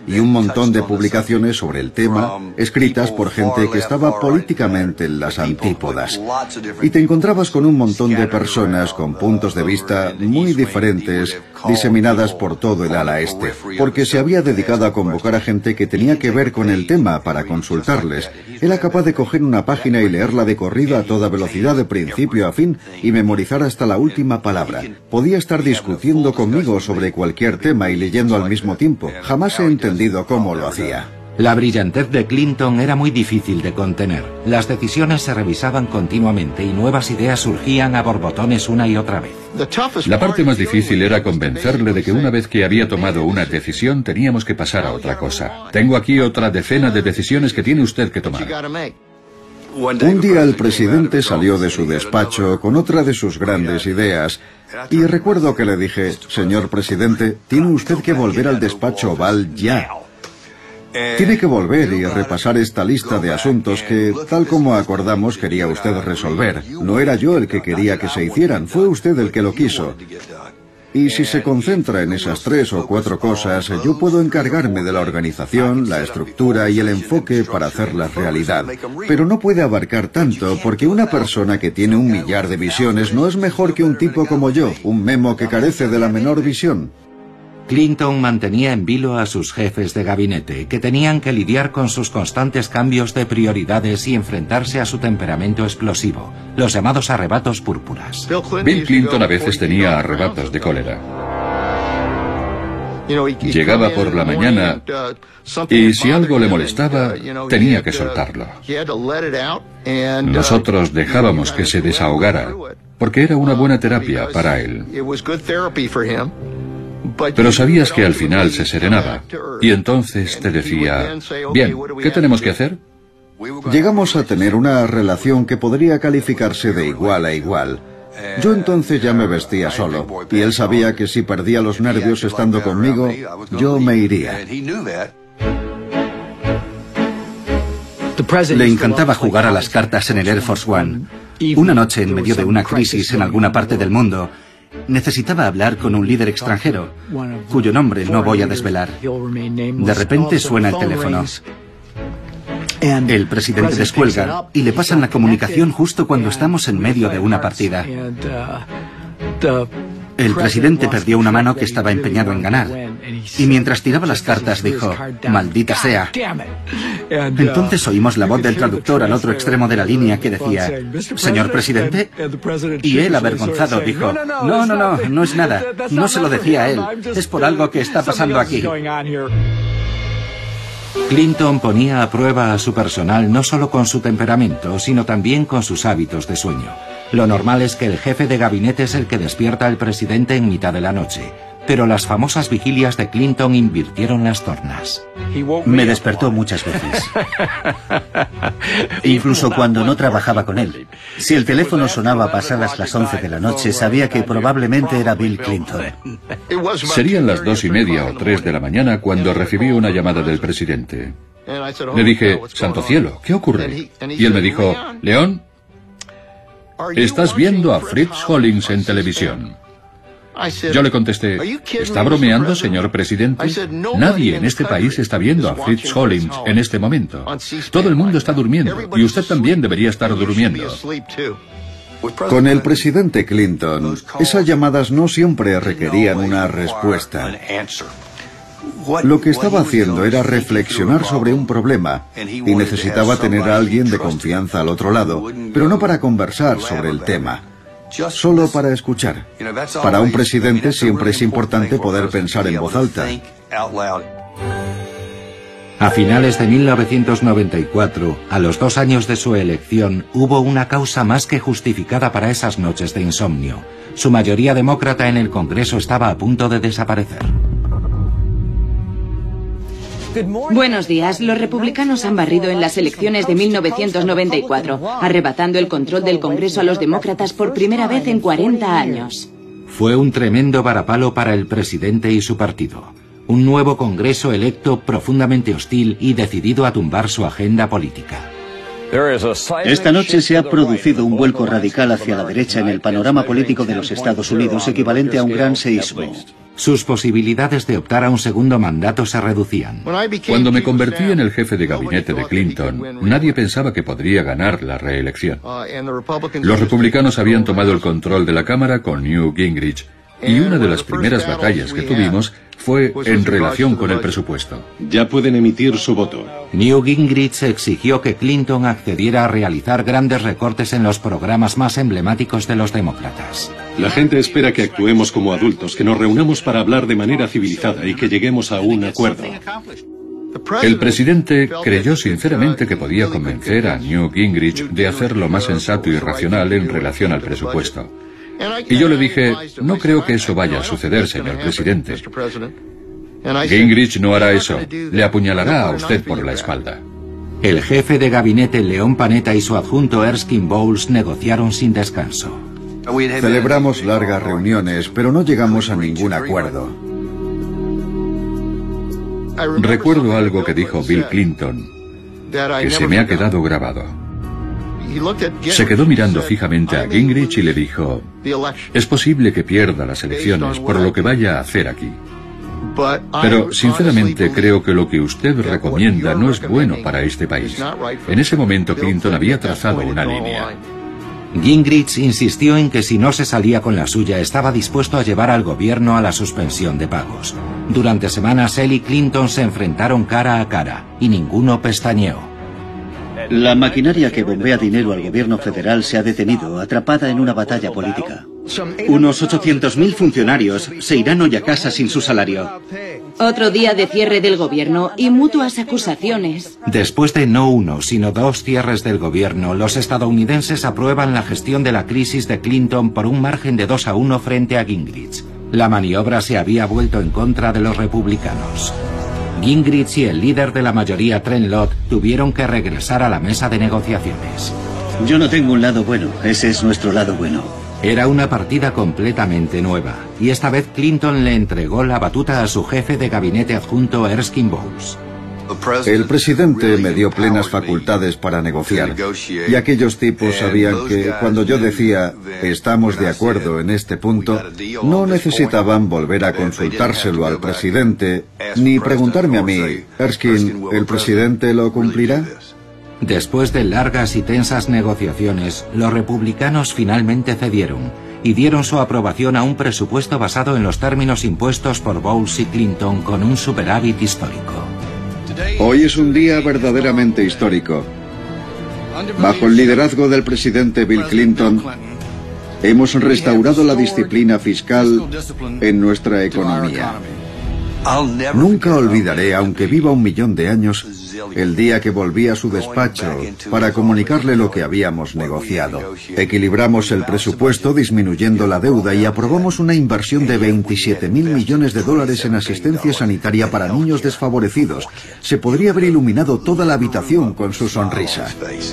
y un montón de publicaciones sobre el tema, escritas por gente que estaba políticamente en las antípodas. Y te encontrabas con un montón de personas con puntos de vista muy diferentes, diseminadas por todo el ala este, porque se había dedicado a convocar a gente que tenía que ver con el tema para consultarles. Era capaz de coger una página y leerla de corrido a toda velocidad de principio a fin y memorizar hasta la última palabra. Podía estar discutiendo conmigo sobre cualquier tema y leyendo al mismo tiempo. Jamás he entendido cómo lo hacía.
La brillantez de Clinton era muy difícil de contener. Las decisiones se revisaban continuamente y nuevas ideas surgían a borbotones una y otra vez.
La parte más difícil era convencerle de que una vez que había tomado una decisión teníamos que pasar a otra cosa. Tengo aquí otra decena de decisiones que tiene usted que tomar.
Un día el presidente salió de su despacho con otra de sus grandes ideas y recuerdo que le dije, señor presidente, tiene usted que volver al despacho Oval ya. Tiene que volver y repasar esta lista de asuntos que, tal como acordamos, quería usted resolver. No era yo el que quería que se hicieran, fue usted el que lo quiso. Y si se concentra en esas 3 o 4 cosas, yo puedo encargarme de la organización, la estructura y el enfoque para hacerlas realidad. Pero no puede abarcar tanto, porque una persona que tiene 1 millar de visiones no es mejor que un tipo como yo, un memo que carece de la menor visión.
Clinton mantenía en vilo a sus jefes de gabinete, que tenían que lidiar con sus constantes cambios de prioridades y enfrentarse a su temperamento explosivo, los llamados arrebatos púrpuras.
Bill Clinton a veces tenía arrebatos de cólera. Llegaba por la mañana y si algo le molestaba, tenía que soltarlo. Nosotros dejábamos que se desahogara, porque era una buena terapia para él. Pero sabías que al final se serenaba, y entonces te decía, bien, ¿qué tenemos que hacer?
Llegamos a tener una relación que podría calificarse de igual a igual. Yo entonces ya me vestía solo, y él sabía que si perdía los nervios estando conmigo, yo me iría.
Le encantaba jugar a las cartas en el Air Force One. Una noche, en medio de una crisis en alguna parte del mundo, necesitaba hablar con un líder extranjero, cuyo nombre no voy a desvelar. De repente suena el teléfono. El presidente descuelga y le pasan la comunicación justo cuando estamos en medio de una partida. El presidente perdió una mano que estaba empeñado en ganar. Y mientras tiraba las cartas dijo, «Maldita sea». Entonces oímos la voz del traductor al otro extremo de la línea que decía, «Señor presidente». Y él, avergonzado, dijo, no es nada. No se lo decía a él. Es por algo que está pasando aquí».
Clinton ponía a prueba a su personal no solo con su temperamento, sino también con sus hábitos de sueño. Lo normal es que el jefe de gabinete es el que despierta al presidente en mitad de la noche, pero las famosas vigilias de Clinton invirtieron las tornas.
Me despertó muchas veces. Incluso cuando no trabajaba con él. Si el teléfono sonaba pasadas las 11 de la noche, sabía que probablemente era Bill Clinton.
Serían las 2:30 o 3 de la mañana cuando recibí una llamada del presidente. Le dije, «Santo cielo, ¿qué ocurre?» Y él me dijo, «León, estás viendo a Fritz Hollings en televisión». Yo le contesté, ¿está bromeando, señor presidente? Nadie en este país está viendo a Fritz Hollings en este momento. Todo el mundo está durmiendo, y usted también debería estar durmiendo.
Con el presidente Clinton, esas llamadas no siempre requerían una respuesta. Lo que estaba haciendo era reflexionar sobre un problema, y necesitaba tener a alguien de confianza al otro lado, pero no para conversar sobre el tema. Solo para escuchar. Para un presidente siempre es importante poder pensar en voz alta.
A finales de 1994, a los 2 años de su elección, hubo una causa más que justificada para esas noches de insomnio. Su mayoría demócrata en el Congreso estaba a punto de desaparecer.
Buenos días. Los republicanos han barrido en las elecciones de 1994, arrebatando el control del Congreso a los demócratas por primera vez en 40 años.
Fue un tremendo varapalo para el presidente y su partido. Un nuevo Congreso electo profundamente hostil y decidido a tumbar su agenda política.
Esta noche se ha producido un vuelco radical hacia la derecha en el panorama político de los Estados Unidos, equivalente a un gran seísmo.
Sus posibilidades de optar a un segundo mandato se reducían.
Cuando me convertí en el jefe de gabinete de Clinton, nadie pensaba que podría ganar la reelección. Los republicanos habían tomado el control de la Cámara con Newt Gingrich, y una de las primeras batallas que tuvimos fue en relación con el presupuesto.
Ya pueden emitir su voto.
Newt Gingrich exigió que Clinton accediera a realizar grandes recortes en los programas más emblemáticos de los demócratas.
La gente espera que actuemos como adultos, que nos reunamos para hablar de manera civilizada y que lleguemos a un acuerdo.
El presidente creyó sinceramente que podía convencer a Newt Gingrich de hacer lo más sensato y racional en relación al presupuesto. Y yo le dije, no creo que eso vaya a suceder, señor presidente. Gingrich no hará eso. Le apuñalará a usted por la espalda.
El jefe de gabinete León Panetta y su adjunto Erskine Bowles negociaron sin descanso.
Celebramos largas reuniones, pero no llegamos a ningún acuerdo.
Recuerdo algo que dijo Bill Clinton, que se me ha quedado grabado. Se quedó mirando fijamente a Gingrich y le dijo, es posible que pierda las elecciones por lo que vaya a hacer aquí. Pero, sinceramente, creo que lo que usted recomienda no es bueno para este país. En ese momento Clinton había trazado una línea.
Gingrich insistió en que si no se salía con la suya estaba dispuesto a llevar al gobierno a la suspensión de pagos. Durante semanas él y Clinton se enfrentaron cara a cara y ninguno pestañeó.
La maquinaria que bombea dinero al gobierno federal se ha detenido, atrapada en una batalla política. Unos 800.000 funcionarios se irán hoy a casa sin su salario.
Otro día de cierre del gobierno y mutuas acusaciones.
Después de no uno, sino 2 cierres del gobierno, los estadounidenses aprueban la gestión de la crisis de Clinton por un margen de 2-1 frente a Gingrich. La maniobra se había vuelto en contra de los republicanos. Gingrich y el líder de la mayoría, Trent Lott, tuvieron que regresar a la mesa de negociaciones.
Yo no tengo un lado bueno, ese es nuestro lado bueno.
Era una partida completamente nueva, y esta vez Clinton le entregó la batuta a su jefe de gabinete adjunto, Erskine Bowles.
El presidente me dio plenas facultades para negociar, y aquellos tipos sabían que cuando yo decía estamos de acuerdo en este punto, no necesitaban volver a consultárselo al presidente, ni preguntarme a mí, Erskine, ¿el presidente lo cumplirá?
Después de largas y tensas negociaciones, los republicanos finalmente cedieron y dieron su aprobación a un presupuesto basado en los términos impuestos por Bowles y Clinton con un superávit histórico.
Hoy es un día verdaderamente histórico. Bajo el liderazgo del presidente Bill Clinton, hemos restaurado la disciplina fiscal en nuestra economía. Nunca olvidaré, aunque viva 1.000.000 de años, el día que volví a su despacho para comunicarle lo que habíamos negociado. Equilibramos el presupuesto disminuyendo la deuda y aprobamos una inversión de $27.000 millones en asistencia sanitaria para niños desfavorecidos. Se podría haber iluminado toda la habitación con su sonrisa.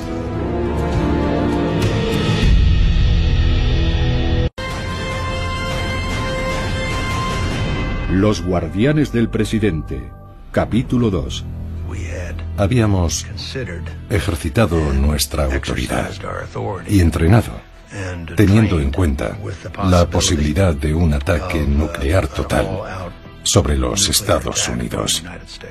Los guardianes del presidente. Capítulo 2.
Habíamos ejercitado nuestra autoridad y entrenado, teniendo en cuenta la posibilidad de un ataque nuclear total sobre los Estados Unidos,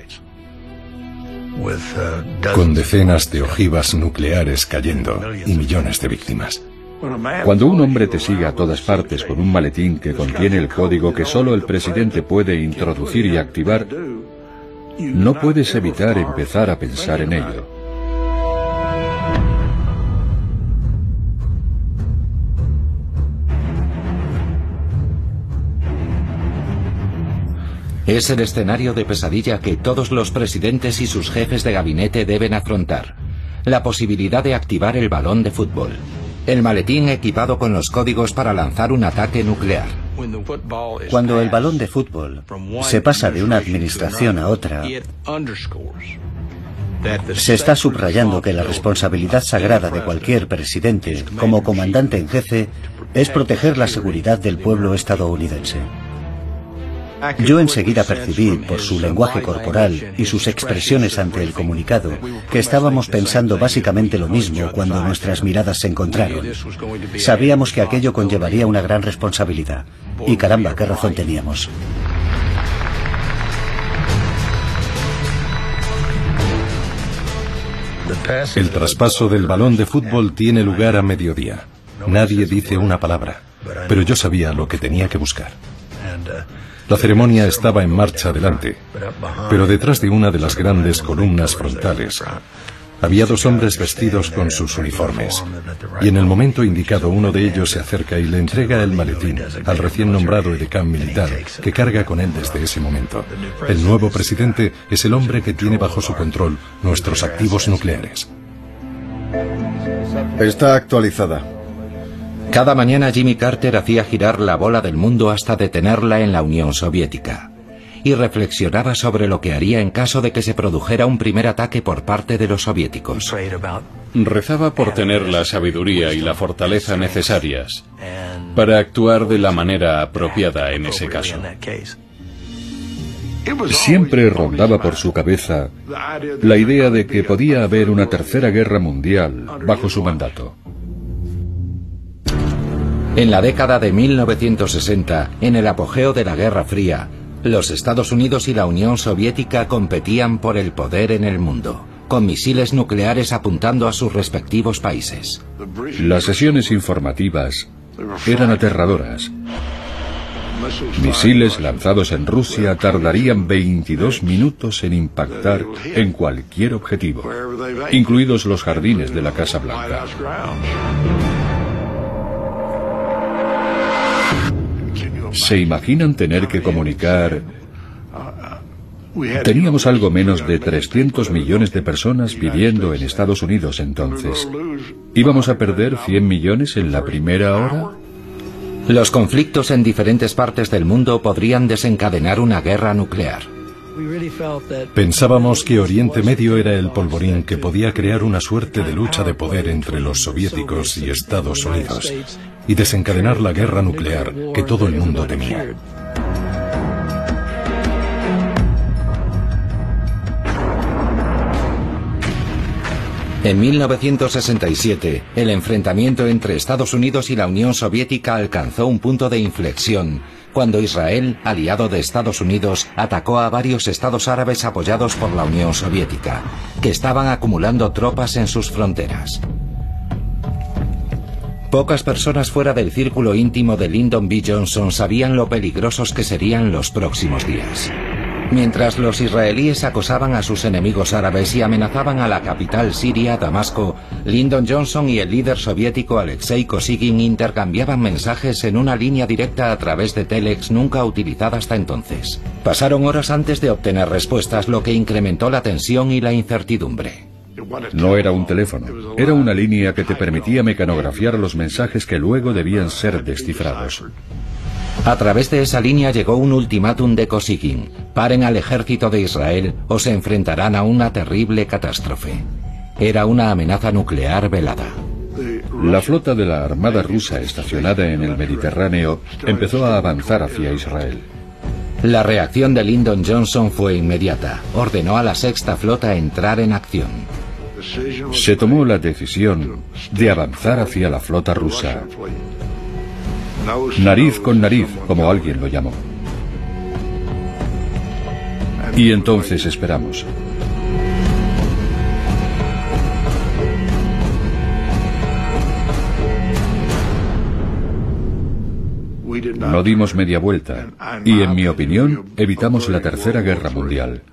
con decenas de ojivas nucleares cayendo y millones de víctimas.
Cuando un hombre te sigue a todas partes con un maletín que contiene el código que solo el presidente puede introducir y activar, no puedes evitar empezar a pensar en ello.
Es el escenario de pesadilla que todos los presidentes y sus jefes de gabinete deben afrontar. La posibilidad de activar el balón de fútbol. El maletín equipado con los códigos para lanzar un ataque nuclear.
Cuando el balón de fútbol se pasa de una administración a otra, se está subrayando que la responsabilidad sagrada de cualquier presidente, como comandante en jefe, es proteger la seguridad del pueblo estadounidense. Yo enseguida percibí, por su lenguaje corporal y sus expresiones ante el comunicado, que estábamos pensando básicamente lo mismo cuando nuestras miradas se encontraron. Sabíamos que aquello conllevaría una gran responsabilidad. Y caramba, qué razón teníamos.
El traspaso del balón de fútbol tiene lugar a mediodía. Nadie dice una palabra, pero yo sabía lo que tenía que buscar. La ceremonia estaba en marcha delante, pero detrás de una de las grandes columnas frontales había dos hombres vestidos con sus uniformes. Y en el momento indicado uno de ellos se acerca y le entrega el maletín al recién nombrado edecán militar, que carga con él desde ese momento. El nuevo presidente es el hombre que tiene bajo su control nuestros activos nucleares.
Está actualizada.
Cada mañana Jimmy Carter hacía girar la bola del mundo hasta detenerla en la Unión Soviética. Y reflexionaba sobre lo que haría en caso de que se produjera un primer ataque por parte de los soviéticos.
Rezaba por tener la sabiduría y la fortaleza necesarias para actuar de la manera apropiada en ese caso.
Siempre rondaba por su cabeza la idea de que podía haber una tercera guerra mundial bajo su mandato.
En la década de 1960, en el apogeo de la Guerra Fría, los Estados Unidos y la Unión Soviética competían por el poder en el mundo, con misiles nucleares apuntando a sus respectivos países.
Las sesiones informativas eran aterradoras. Misiles lanzados en Rusia tardarían 22 minutos en impactar en cualquier objetivo, incluidos los jardines de la Casa Blanca. ¿Se imaginan tener que comunicar? Teníamos algo menos de 300 millones de personas viviendo en Estados Unidos entonces. ¿Íbamos a perder 100 millones en la primera hora?
Los conflictos en diferentes partes del mundo podrían desencadenar una guerra nuclear.
Pensábamos que Oriente Medio era el polvorín que podía crear una suerte de lucha de poder entre los soviéticos y Estados Unidos y desencadenar la guerra nuclear que todo el mundo temía.
En 1967, el enfrentamiento entre Estados Unidos y la Unión Soviética alcanzó un punto de inflexión, cuando Israel, aliado de Estados Unidos, atacó a varios estados árabes apoyados por la Unión Soviética, que estaban acumulando tropas en sus fronteras. Pocas personas fuera del círculo íntimo de Lyndon B. Johnson sabían lo peligrosos que serían los próximos días. Mientras los israelíes acosaban a sus enemigos árabes y amenazaban a la capital siria, Damasco, Lyndon Johnson y el líder soviético Alexei Kosygin intercambiaban mensajes en una línea directa a través de telex nunca utilizada hasta entonces. Pasaron horas antes de obtener respuestas, lo que incrementó la tensión y la incertidumbre.
No era un teléfono, era una línea que te permitía mecanografiar los mensajes que luego debían ser descifrados.
A través de esa línea llegó un ultimátum de Kosygin: paren al ejército de Israel o se enfrentarán a una terrible catástrofe. Era una amenaza nuclear velada.
La flota de la Armada rusa estacionada en el Mediterráneo empezó a avanzar hacia Israel.
La reacción de Lyndon Johnson fue inmediata. Ordenó a la Sexta Flota entrar en acción.
Se tomó la decisión de avanzar hacia la flota rusa. Nariz con nariz, como alguien lo llamó. Y entonces esperamos. No dimos media vuelta y, en mi opinión, evitamos la Tercera Guerra Mundial.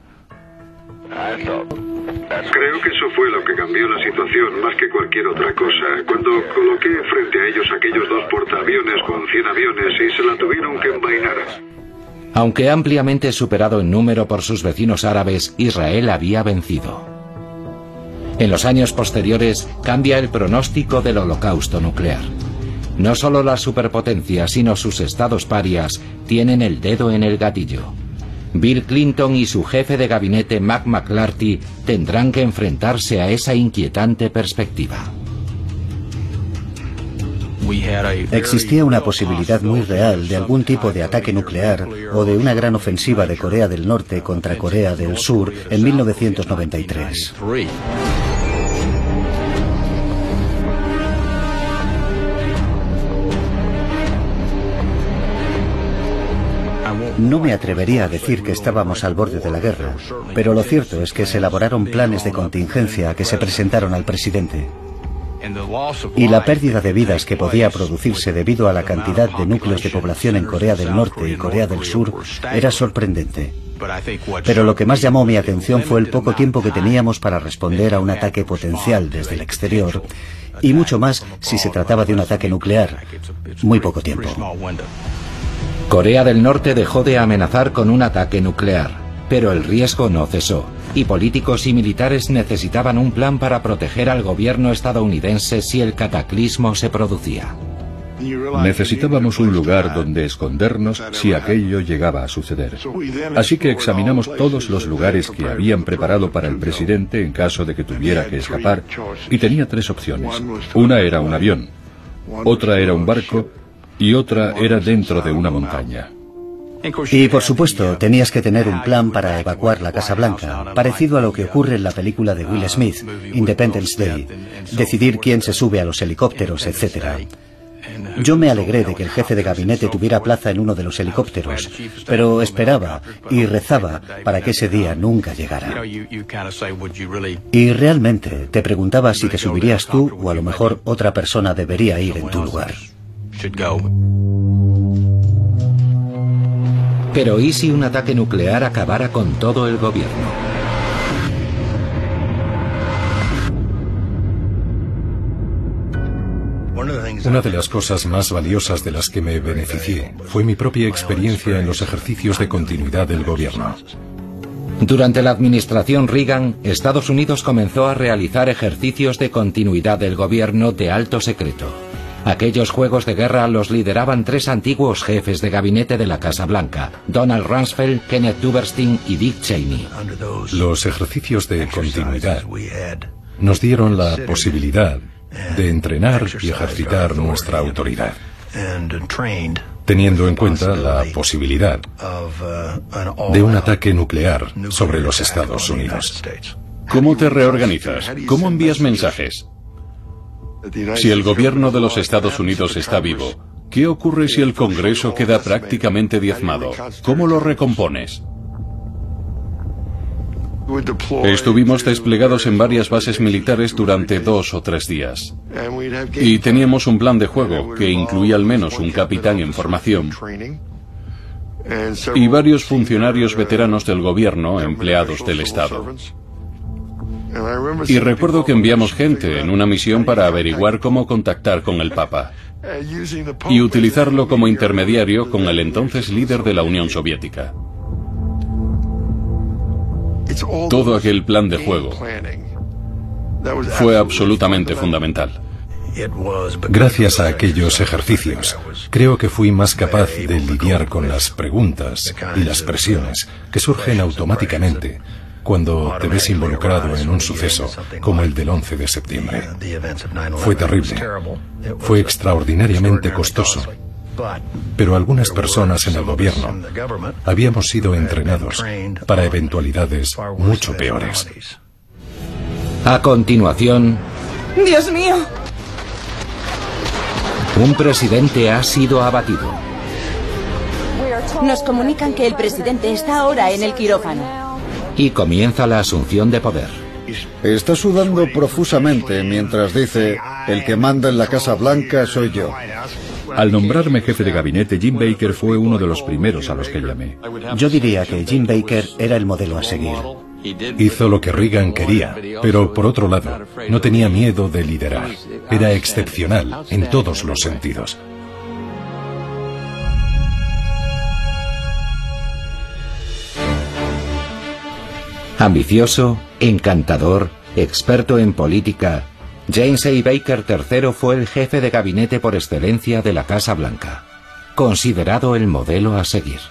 Creo que eso fue lo que cambió la situación más que cualquier otra cosa. Cuando coloqué frente a ellos aquellos dos portaaviones con 100 aviones y se la tuvieron que envainar.
Aunque ampliamente superado en número por sus vecinos árabes, Israel había vencido. En los años posteriores cambia el pronóstico del holocausto nuclear. No solo las superpotencias, sino sus estados parias tienen el dedo en el gatillo. Bill Clinton y su jefe de gabinete Mac McClarty tendrán que enfrentarse a esa inquietante perspectiva.
Existía una posibilidad muy real de algún tipo de ataque nuclear o de una gran ofensiva de Corea del Norte contra Corea del Sur en 1993. No me atrevería a decir que estábamos al borde de la guerra, pero lo cierto es que se elaboraron planes de contingencia que se presentaron al presidente. Y la pérdida de vidas que podía producirse debido a la cantidad de núcleos de población en Corea del Norte y Corea del Sur era sorprendente. Pero lo que más llamó mi atención fue el poco tiempo que teníamos para responder a un ataque potencial desde el exterior, y mucho más si se trataba de un ataque nuclear. Muy poco tiempo.
Corea del Norte dejó de amenazar con un ataque nuclear, pero el riesgo no cesó, y políticos y militares necesitaban un plan para proteger al gobierno estadounidense si el cataclismo se producía.
Necesitábamos un lugar donde escondernos si aquello llegaba a suceder. Así que examinamos todos los lugares que habían preparado para el presidente en caso de que tuviera que escapar, y tenía tres opciones. Una era un avión, otra era un barco y otra era dentro de una montaña.
Y por supuesto, tenías que tener un plan para evacuar la Casa Blanca, parecido a lo que ocurre en la película de Will Smith, Independence Day, decidir quién se sube a los helicópteros, etc. Yo me alegré de que el jefe de gabinete tuviera plaza en uno de los helicópteros, pero esperaba y rezaba para que ese día nunca llegara. Y realmente te preguntaba si te subirías tú o a lo mejor otra persona debería ir en tu lugar.
Pero ¿y si un ataque nuclear acabara con todo el gobierno?
Una de las cosas más valiosas de las que me beneficié fue mi propia experiencia en los ejercicios de continuidad del gobierno.
Durante la administración Reagan, Estados Unidos comenzó a realizar ejercicios de continuidad del gobierno de alto secreto. Aquellos juegos de guerra los lideraban tres antiguos jefes de gabinete de la Casa Blanca, Donald Rumsfeld, Kenneth Duberstein y Dick Cheney.
Los ejercicios de continuidad nos dieron la posibilidad de entrenar y ejercitar nuestra autoridad, teniendo en cuenta la posibilidad de un ataque nuclear sobre los Estados Unidos.
¿Cómo te reorganizas? ¿Cómo envías mensajes? Si el gobierno de los Estados Unidos está vivo, ¿qué ocurre si el Congreso queda prácticamente diezmado? ¿Cómo lo recompones? Estuvimos desplegados en varias bases militares durante 2 o 3 días. Y teníamos un plan de juego que incluía al menos un capitán en formación y varios funcionarios veteranos del gobierno empleados del Estado. Y recuerdo que enviamos gente en una misión para averiguar cómo contactar con el Papa y utilizarlo como intermediario con el entonces líder de la Unión Soviética. Todo aquel plan de juego fue absolutamente fundamental.
Gracias a aquellos ejercicios, creo que fui más capaz de lidiar con las preguntas y las presiones que surgen automáticamente cuando te ves involucrado en un suceso como el del 11 de septiembre. Fue terrible, fue extraordinariamente costoso, pero algunas personas en el gobierno habíamos sido entrenados para eventualidades mucho peores.
A continuación...
¡Dios mío!
Un presidente ha sido abatido.
Nos comunican que el presidente está ahora en el quirófano.
Y comienza la asunción de poder.
Está sudando profusamente mientras dice: el que manda en la Casa Blanca soy yo.
Al nombrarme jefe de gabinete, Jim Baker fue uno de los primeros a los que llamé.
Yo diría que Jim Baker era el modelo a seguir.
Hizo lo que Reagan quería, pero por otro lado, no tenía miedo de liderar. Era excepcional en todos los sentidos.
Ambicioso, encantador, experto en política, James A. Baker III fue el jefe de gabinete por excelencia de la Casa Blanca, considerado el modelo a seguir.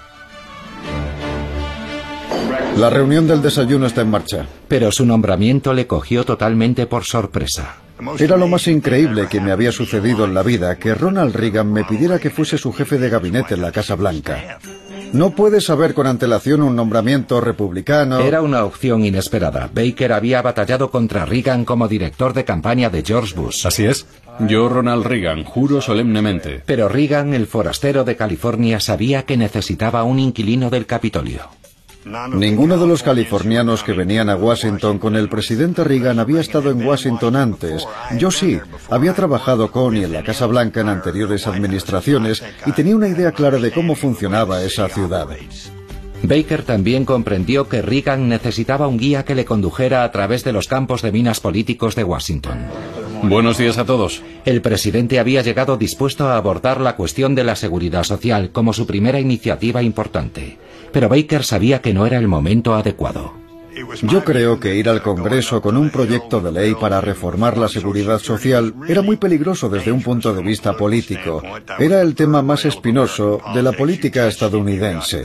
La reunión del desayuno está en marcha.
Pero su nombramiento le cogió totalmente por sorpresa.
Era lo más increíble que me había sucedido en la vida que Ronald Reagan me pidiera que fuese su jefe de gabinete en la Casa Blanca. No puedes saber con antelación un nombramiento republicano.
Era una opción inesperada. Baker había batallado contra Reagan como director de campaña de George Bush.
Así es. Yo, Ronald Reagan, juro solemnemente.
Pero Reagan, el forastero de California, sabía que necesitaba un inquilino del Capitolio.
Ninguno de los californianos que venían a Washington con el presidente Reagan había estado en Washington antes. Yo sí, había trabajado con y en la Casa Blanca en anteriores administraciones y tenía una idea clara de cómo funcionaba esa ciudad.
Baker también comprendió que Reagan necesitaba un guía que le condujera a través de los campos de minas políticos de Washington.
Buenos días a todos.
El presidente había llegado dispuesto a abordar la cuestión de la seguridad social como su primera iniciativa importante. Pero Baker sabía que no era el momento adecuado.
Yo creo que ir al Congreso con un proyecto de ley para reformar la seguridad social era muy peligroso desde un punto de vista político. Era el tema más espinoso de la política estadounidense.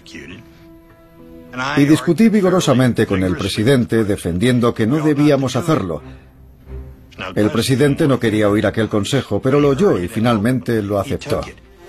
Y discutí vigorosamente con el presidente defendiendo que no debíamos hacerlo. El presidente no quería oír aquel consejo, pero lo oyó y finalmente lo aceptó.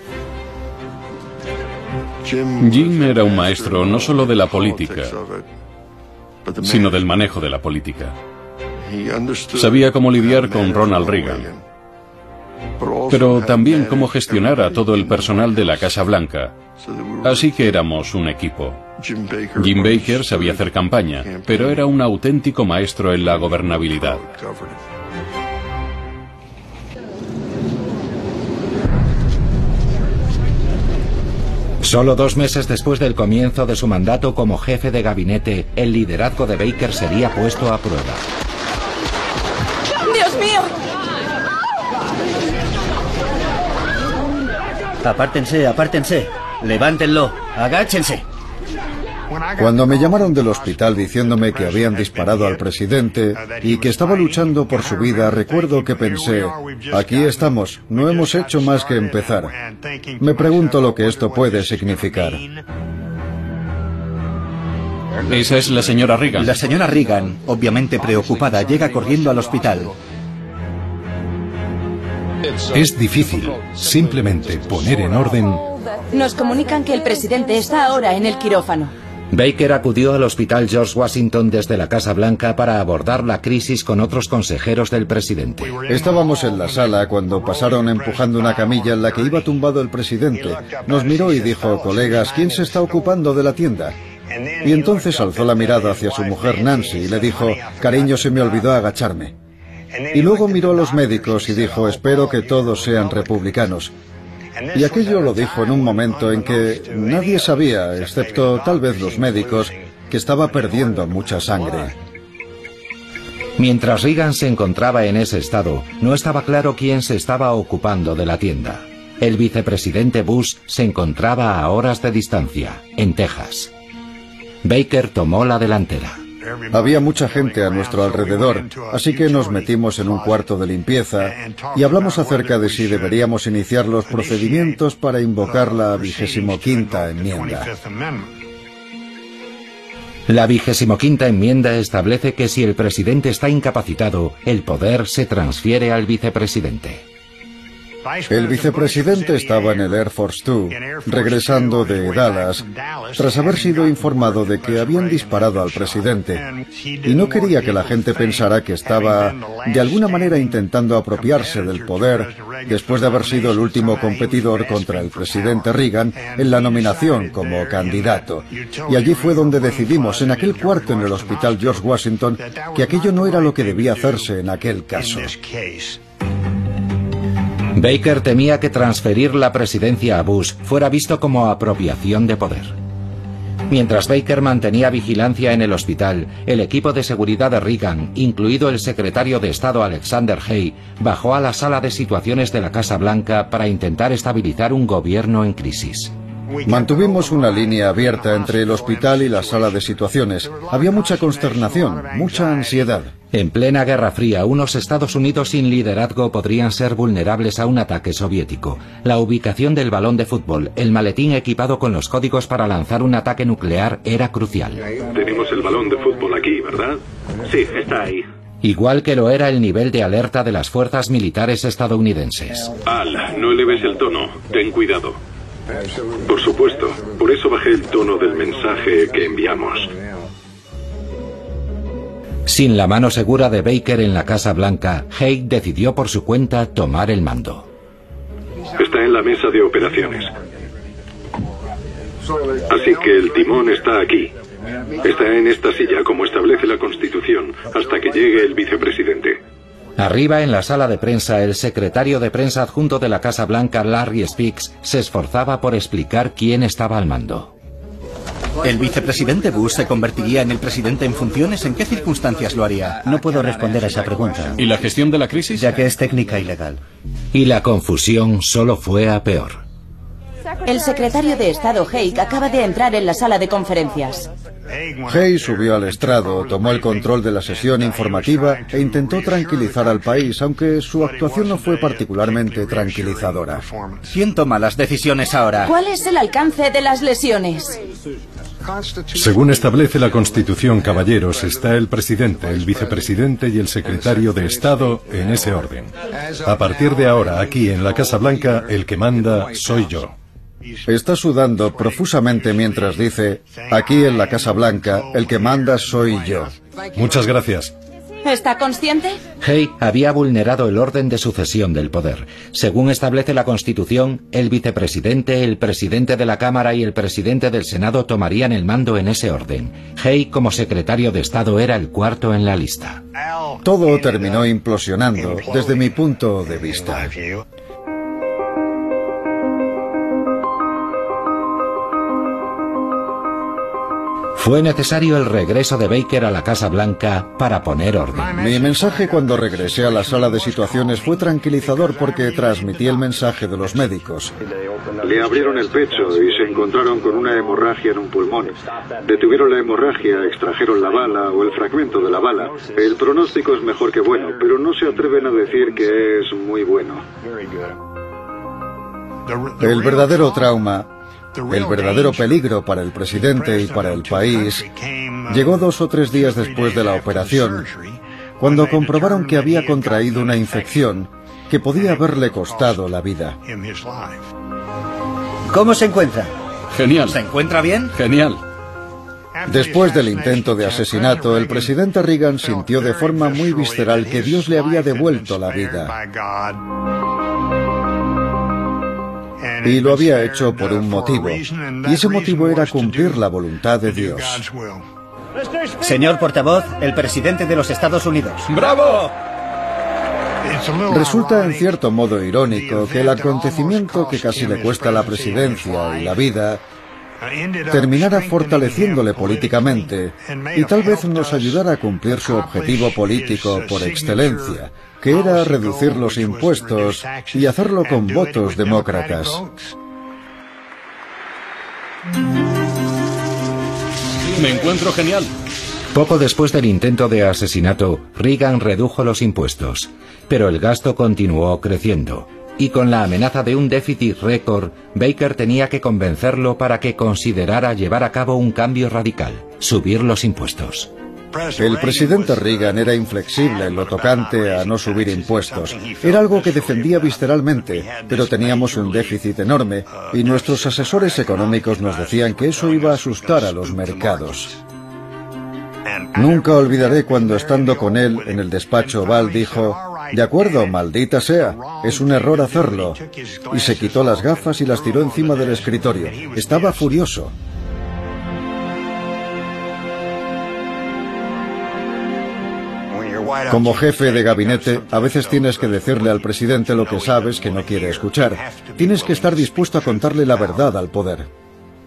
Jim era un maestro no solo de la política, sino del manejo de la política. Sabía cómo lidiar con Ronald Reagan, pero también cómo gestionar a todo el personal de la Casa Blanca. Así que éramos un equipo. Jim Baker sabía hacer campaña, pero era un auténtico maestro en la gobernabilidad.
Solo 2 meses después del comienzo de su mandato como jefe de gabinete, el liderazgo de Baker sería puesto a prueba.
¡Dios mío!
Apártense, apártense. Levántenlo. Agáchense.
Cuando me llamaron del hospital diciéndome que habían disparado al presidente y que estaba luchando por su vida, recuerdo que pensé, aquí estamos, no hemos hecho más que empezar. Me pregunto lo que esto puede significar.
Esa es la señora Reagan.
La señora Reagan, obviamente preocupada, llega corriendo al hospital.
Es difícil simplemente poner en orden.
Nos comunican que el presidente está ahora en el quirófano.
Baker acudió al hospital George Washington desde la Casa Blanca para abordar la crisis con otros consejeros del presidente.
Estábamos en la sala cuando pasaron empujando una camilla en la que iba tumbado el presidente. Nos miró y dijo, colegas, ¿quién se está ocupando de la tienda? Y entonces alzó la mirada hacia su mujer Nancy y le dijo, cariño, se me olvidó agacharme. Y luego miró a los médicos y dijo, espero que todos sean republicanos. Y aquello lo dijo en un momento en que nadie sabía, excepto tal vez los médicos, que estaba perdiendo mucha sangre.
Mientras Reagan se encontraba en ese estado, no estaba claro quién se estaba ocupando de la tienda. El vicepresidente Bush se encontraba a horas de distancia, en Texas. Baker tomó la delantera.
Había mucha gente a nuestro alrededor, así que nos metimos en un cuarto de limpieza y hablamos acerca de si deberíamos iniciar los procedimientos para invocar la 25ª enmienda.
La 25ª enmienda establece que si el presidente está incapacitado, el poder se transfiere al vicepresidente.
El vicepresidente estaba en el Air Force 2, regresando de Dallas, tras haber sido informado de que habían disparado al presidente, y no quería que la gente pensara que estaba, de alguna manera, intentando apropiarse del poder, después de haber sido el último competidor contra el presidente Reagan en la nominación como candidato. Y allí fue donde decidimos, en aquel cuarto en el hospital George Washington, que aquello no era lo que debía hacerse en aquel caso.
Baker temía que transferir la presidencia a Bush fuera visto como apropiación de poder. Mientras Baker mantenía vigilancia en el hospital, el equipo de seguridad de Reagan, incluido el secretario de Estado Alexander Hay, bajó a la sala de situaciones de la Casa Blanca para intentar estabilizar un gobierno en crisis.
Mantuvimos una línea abierta entre el hospital y la sala de situaciones. Había mucha consternación, mucha ansiedad.
En plena Guerra Fría, unos Estados Unidos sin liderazgo podrían ser vulnerables a un ataque soviético. La ubicación del balón de fútbol, el maletín equipado con los códigos para lanzar un ataque nuclear era crucial.
Tenemos el balón de fútbol aquí, ¿verdad?
Sí, está ahí.
igual que lo era el nivel de alerta de las fuerzas militares estadounidenses.
Al, no eleves el tono. Ten cuidado. Por supuesto. Por eso bajé el tono del mensaje que enviamos.
Sin la mano segura de Baker en la Casa Blanca, Haig decidió por su cuenta tomar el mando.
Está en la mesa de operaciones. Así que el timón está aquí. Está en esta silla, como establece la Constitución, hasta que llegue el vicepresidente.
Arriba, en la sala de prensa, el secretario de prensa adjunto de la Casa Blanca, Larry Speaks, se esforzaba por explicar quién estaba al mando.
¿El vicepresidente Bush se convertiría en el presidente en funciones? ¿En qué circunstancias lo haría?
No puedo responder a esa pregunta.
¿Y la gestión de la crisis?
Ya que es técnica y legal.
Y la confusión solo fue a peor.
El secretario de Estado Haig acaba de entrar en la sala de conferencias.
Haig subió al estrado, tomó el control de la sesión informativa e intentó tranquilizar al país, aunque su actuación no fue particularmente tranquilizadora.
¿Quién toma las decisiones ahora?
¿Cuál es el alcance de las lesiones?
Según establece la Constitución, caballeros, está el presidente, el vicepresidente y el secretario de Estado en ese orden. A partir de ahora, aquí en la Casa Blanca, el que manda soy yo.
Está sudando profusamente mientras dice, aquí en la Casa Blanca, el que manda soy yo.
Muchas gracias.
¿Está consciente?
Haig había vulnerado el orden de sucesión del poder. Según establece la Constitución, el vicepresidente, el presidente de la Cámara y el presidente del Senado tomarían el mando en ese orden. Haig, como secretario de Estado, era el cuarto en la lista.
Todo terminó implosionando desde mi punto de vista.
Fue necesario el regreso de Baker a la Casa Blanca para poner orden.
Mi mensaje cuando regresé a la sala de situaciones fue tranquilizador porque transmití el mensaje de los médicos.
Le abrieron el pecho y se encontraron con una hemorragia en un pulmón. Detuvieron la hemorragia, extrajeron la bala o el fragmento de la bala. El pronóstico es mejor que bueno, pero no se atreven a decir que es muy bueno.
El verdadero trauma, el verdadero peligro para el presidente y para el país, llegó 2 o 3 días después de la operación, cuando comprobaron que había contraído una infección que podía haberle costado la vida.
¿Cómo se encuentra?
Genial.
¿Se encuentra bien?
Genial.
Después del intento de asesinato, el presidente Reagan sintió de forma muy visceral que Dios le había devuelto la vida. Y lo había hecho por un motivo, y ese motivo era cumplir la voluntad de Dios.
Señor portavoz, el presidente de los Estados Unidos.
¡Bravo!
Resulta en cierto modo irónico que el acontecimiento que casi le cuesta la presidencia y la vida terminara fortaleciéndole políticamente y tal vez nos ayudara a cumplir su objetivo político por excelencia, que era reducir los impuestos y hacerlo con votos demócratas.
Me encuentro genial.
Poco después del intento de asesinato, Reagan redujo los impuestos, pero el gasto continuó creciendo. Y con la amenaza de un déficit récord, Baker tenía que convencerlo para que considerara llevar a cabo un cambio radical, subir los impuestos.
El presidente Reagan era inflexible en lo tocante a no subir impuestos. Era algo que defendía visceralmente, pero teníamos un déficit enorme y nuestros asesores económicos nos decían que eso iba a asustar a los mercados. Nunca olvidaré cuando estando con él en el despacho Oval dijo, «De acuerdo, maldita sea, es un error hacerlo». Y se quitó las gafas y las tiró encima del escritorio. Estaba furioso. Como jefe de gabinete, a veces tienes que decirle al presidente lo que sabes que no quiere escuchar. Tienes que estar dispuesto a contarle la verdad al poder.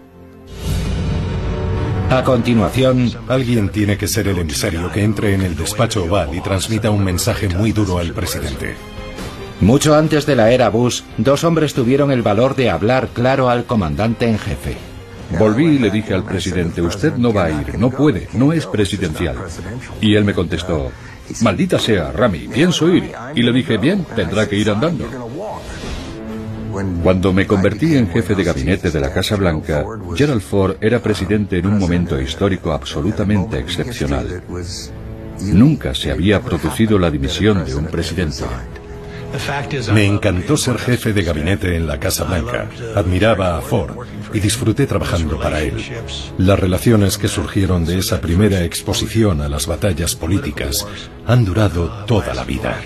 A continuación,
alguien tiene que ser el emisario que entre en el despacho Oval y transmita un mensaje muy duro al presidente.
Mucho antes de la era Bush, 2 hombres tuvieron el valor de hablar claro al comandante en jefe.
Volví y le dije al presidente, usted no va a ir, no puede, no es presidencial. Y él me contestó, maldita sea, Rami, pienso ir. Y le dije, bien, tendrá que ir andando. Cuando me convertí en jefe de gabinete de la Casa Blanca, Gerald Ford era presidente en un momento histórico absolutamente excepcional. Nunca se había producido la dimisión de un presidente.
Me encantó ser jefe de gabinete en la Casa Blanca. Admiraba a Ford y disfruté trabajando para él. Las relaciones que surgieron de esa primera exposición a las batallas políticas han durado toda la vida.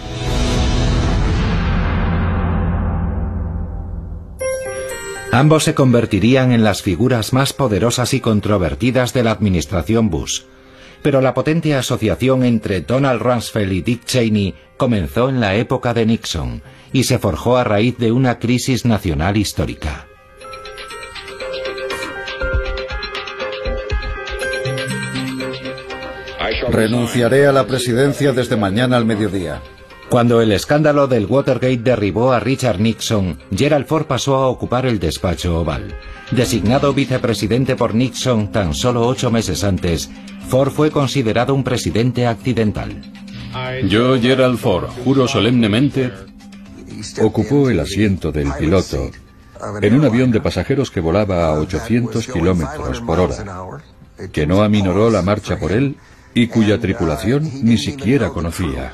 Ambos se convertirían en las figuras más poderosas y controvertidas de la administración Bush. Pero la potente asociación entre Donald Rumsfeld y Dick Cheney comenzó en la época de Nixon y se forjó a raíz de una crisis nacional histórica.
Renunciaré a la presidencia desde mañana al mediodía.
Cuando el escándalo del Watergate derribó a Richard Nixon, Gerald Ford pasó a ocupar el despacho oval. Designado vicepresidente por Nixon tan solo 8 meses antes, Ford fue considerado un presidente accidental.
Yo, Gerald Ford, juro solemnemente...
Ocupó el asiento del piloto en un avión de pasajeros que volaba a 800 kilómetros por hora, que no aminoró la marcha por él y cuya tripulación ni siquiera conocía.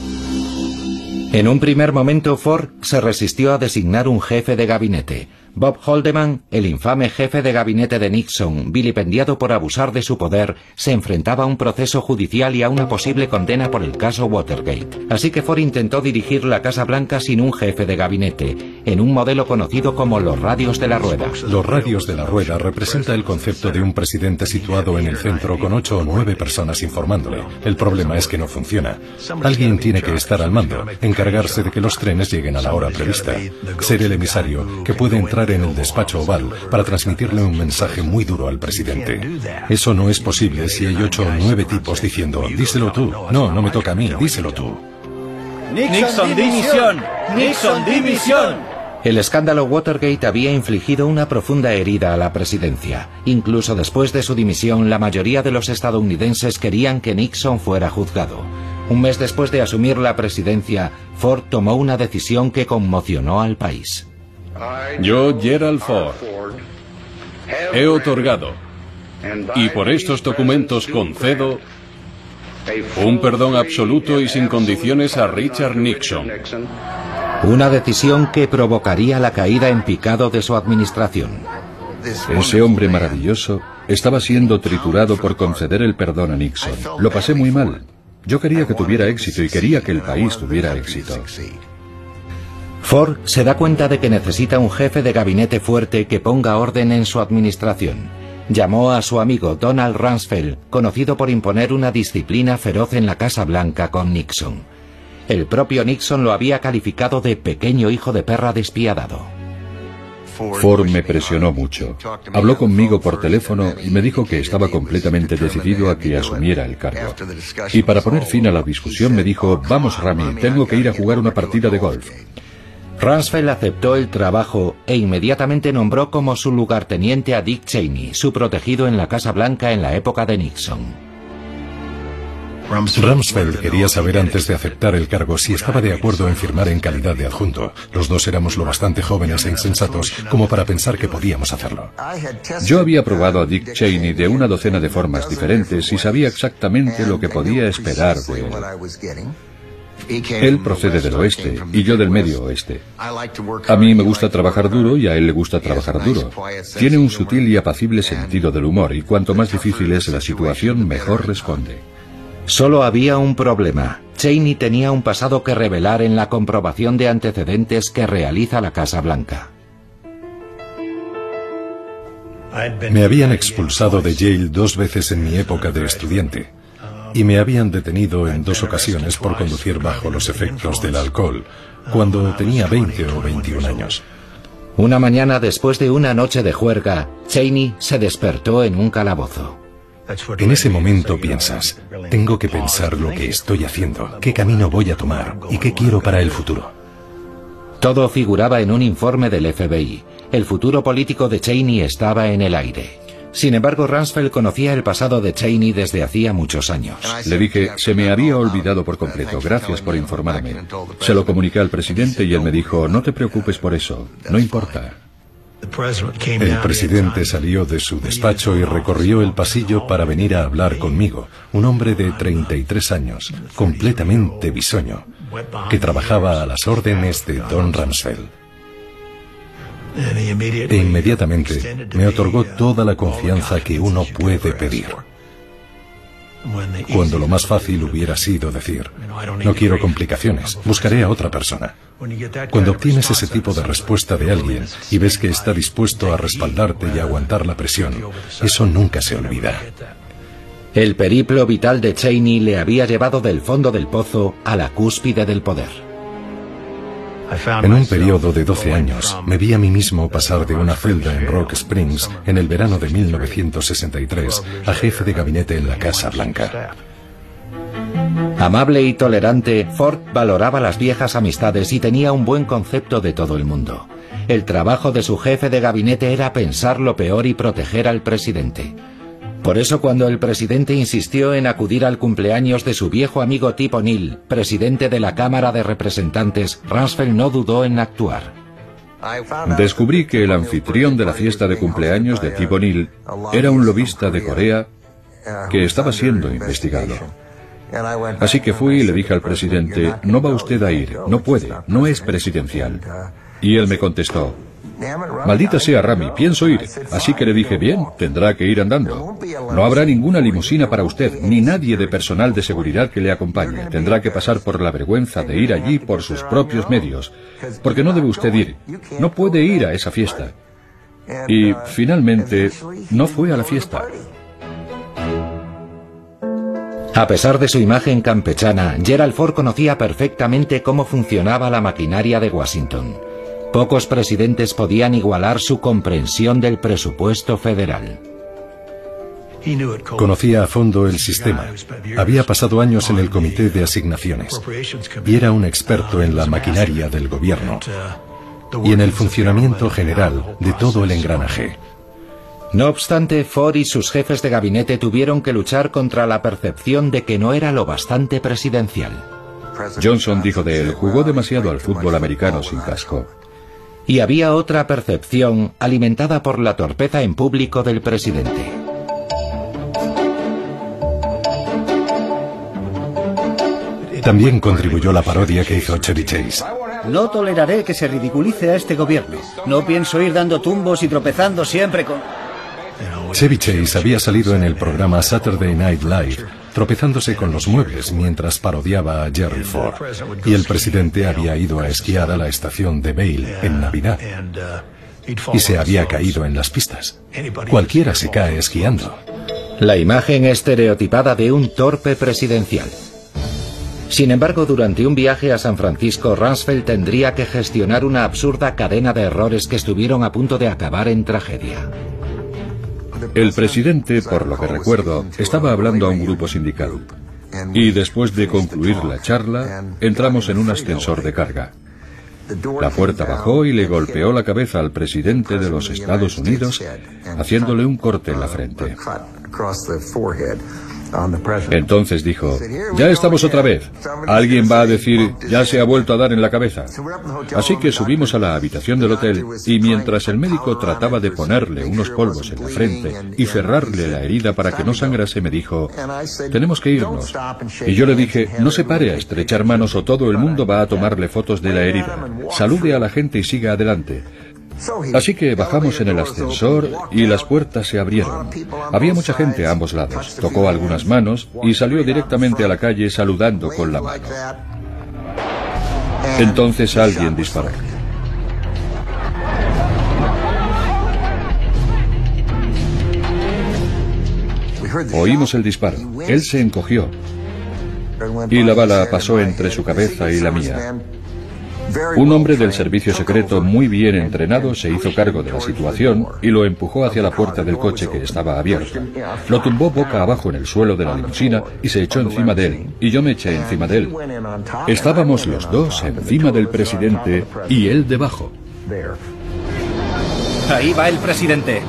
En un primer momento, Ford se resistió a designar un jefe de gabinete. Bob Haldeman, el infame jefe de gabinete de Nixon, vilipendiado por abusar de su poder, se enfrentaba a un proceso judicial y a una posible condena por el caso Watergate. Así que Ford intentó dirigir la Casa Blanca sin un jefe de gabinete, en un modelo conocido como los radios de la rueda.
Los radios de la rueda representa el concepto de un presidente situado en el centro con 8 o 9 personas informándole. El problema es que no funciona. Alguien tiene que estar al mando, encargarse de que los trenes lleguen a la hora prevista, ser el emisario que puede entrar en el despacho oval para transmitirle un mensaje muy duro al presidente. Eso no es posible si hay 8 o 9 tipos diciendo, díselo tú. No, no me toca a mí, díselo tú.
¡Nixon, dimisión! ¡Nixon, dimisión!
El escándalo Watergate había infligido una profunda herida a la presidencia. Incluso después de su dimisión, la mayoría de los estadounidenses querían que Nixon fuera juzgado. Un mes después de asumir la presidencia, Ford tomó una decisión que conmocionó al país.
Yo, Gerald Ford, he otorgado, y por estos documentos concedo, un perdón absoluto y sin condiciones a Richard Nixon.
Una decisión que provocaría la caída en picado de su administración.
Ese hombre maravilloso estaba siendo triturado por conceder el perdón a Nixon. Lo pasé muy mal. Yo quería que tuviera éxito y quería que el país tuviera éxito.
Ford se da cuenta de que necesita un jefe de gabinete fuerte que ponga orden en su administración. Llamó a su amigo Donald Rumsfeld, conocido por imponer una disciplina feroz en la Casa Blanca con Nixon. El propio Nixon lo había calificado de pequeño hijo de perra despiadado.
Ford me presionó mucho. Habló conmigo por teléfono y me dijo que estaba completamente decidido a que asumiera el cargo. Y para poner fin a la discusión me dijo, vamos Rami, tengo que ir a jugar una partida de golf.
Rumsfeld aceptó el trabajo e inmediatamente nombró como su lugarteniente a Dick Cheney, su protegido en la Casa Blanca en la época de Nixon.
Rumsfeld quería saber antes de aceptar el cargo si estaba de acuerdo en firmar en calidad de adjunto. Los dos éramos lo bastante jóvenes e insensatos como para pensar que podíamos hacerlo.
Yo había probado a Dick Cheney de una docena de formas diferentes y sabía exactamente lo que podía esperar de él. Él procede del oeste y yo del medio oeste. A mí me gusta trabajar duro y a él le gusta trabajar duro. Tiene un sutil y apacible sentido del humor y cuanto más difícil es la situación, mejor responde.
Solo había un problema. Cheney tenía un pasado que revelar en la comprobación de antecedentes que realiza la Casa Blanca.
Me habían expulsado de Yale 2 veces en mi época de estudiante. Y me habían detenido en 2 ocasiones por conducir bajo los efectos del alcohol, cuando tenía 20 o 21 años.
Una mañana después de una noche de juerga, Cheney se despertó en un calabozo.
En ese momento piensas, tengo que pensar lo que estoy haciendo, qué camino voy a tomar y qué quiero para el futuro.
Todo figuraba en un informe del FBI. El futuro político de Cheney estaba en el aire. Sin embargo, Rumsfeld conocía el pasado de Cheney desde hacía muchos años.
Le dije, se me había olvidado por completo, gracias por informarme. Se lo comuniqué al presidente y él me dijo, no te preocupes por eso, no importa.
El presidente salió de su despacho y recorrió el pasillo para venir a hablar conmigo, un hombre de 33 años, completamente bisoño, que trabajaba a las órdenes de Don Rumsfeld. E inmediatamente me otorgó toda la confianza que uno puede pedir. Cuando lo más fácil hubiera sido decir, no quiero complicaciones, buscaré a otra persona. Cuando obtienes ese tipo de respuesta de alguien y ves que está dispuesto a respaldarte y a aguantar la presión, eso nunca se olvida.
El periplo vital de Cheney le había llevado del fondo del pozo a la cúspide del poder.
En un periodo de 12 años, me vi a mí mismo pasar de una celda en Rock Springs en el verano de 1963 a jefe de gabinete en la Casa Blanca.
Amable y tolerante, Ford valoraba las viejas amistades y tenía un buen concepto de todo el mundo. El trabajo de su jefe de gabinete era pensar lo peor y proteger al presidente. Por eso, cuando el presidente insistió en acudir al cumpleaños de su viejo amigo Tip O'Neill, presidente de la Cámara de Representantes, Rumsfeld no dudó en actuar.
Descubrí que el anfitrión de la fiesta de cumpleaños de Tip O'Neill era un lobista de Corea que estaba siendo investigado. Así que fui y le dije al presidente, no va usted a ir, no puede, no es presidencial. Y él me contestó, maldita sea, Rami, pienso ir. Así que le dije, bien, tendrá que ir andando. No habrá ninguna limusina para usted, ni nadie de personal de seguridad que le acompañe. Tendrá que pasar por la vergüenza de ir allí por sus propios medios. Porque no debe usted ir. No puede ir a esa fiesta. Y, finalmente, no fue a la fiesta.
A pesar de su imagen campechana, Gerald Ford conocía perfectamente cómo funcionaba la maquinaria de Washington. Pocos presidentes podían igualar su comprensión del presupuesto federal.
Conocía a fondo el sistema. Había pasado años en el Comité de Asignaciones y era un experto en la maquinaria del gobierno y en el funcionamiento general de todo el engranaje.
No obstante, Ford y sus jefes de gabinete tuvieron que luchar contra la percepción de que no era lo bastante presidencial.
Johnson dijo de él, jugó demasiado al fútbol americano sin casco.
Y había otra percepción alimentada por la torpeza en público del presidente.
También contribuyó la parodia que hizo Chevy Chase.
No toleraré que se ridiculice a este gobierno. No pienso ir dando tumbos y tropezando siempre con...
Chevy Chase había salido en el programa Saturday Night Live, tropezándose con los muebles mientras parodiaba a Gerald Ford. Y el presidente había ido a esquiar a la estación de Vail en Navidad. Y se había caído en las pistas. Cualquiera se cae esquiando.
La imagen estereotipada de un torpe presidencial. Sin embargo, durante un viaje a San Francisco, Rumsfeld tendría que gestionar una absurda cadena de errores que estuvieron a punto de acabar en tragedia.
El presidente, por lo que recuerdo, estaba hablando a un grupo sindical. Y después de concluir la charla, entramos en un ascensor de carga. La puerta bajó y le golpeó la cabeza al presidente de los Estados Unidos, haciéndole un corte en la frente. Entonces dijo, ya estamos otra vez. Alguien va a decir, ya se ha vuelto a dar en la cabeza. Así que subimos a la habitación del hotel y mientras el médico trataba de ponerle unos polvos en la frente y cerrarle la herida para que no sangrase, me dijo, tenemos que irnos. Y yo le dije, no se pare a estrechar manos o todo el mundo va a tomarle fotos de la herida. Salude a la gente y siga adelante. Así que bajamos en el ascensor y las puertas se abrieron. Había mucha gente a ambos lados. Tocó algunas manos y salió directamente a la calle saludando con la mano. Entonces alguien disparó. Oímos el disparo. Él se encogió y la bala pasó entre su cabeza y la mía. Un hombre del servicio secreto muy bien entrenado se hizo cargo de la situación y lo empujó hacia la puerta del coche que estaba abierta. Lo tumbó boca abajo en el suelo de la limusina y se echó encima de él, y yo me eché encima de él. Estábamos los dos encima del presidente y él debajo.
Ahí va el presidente.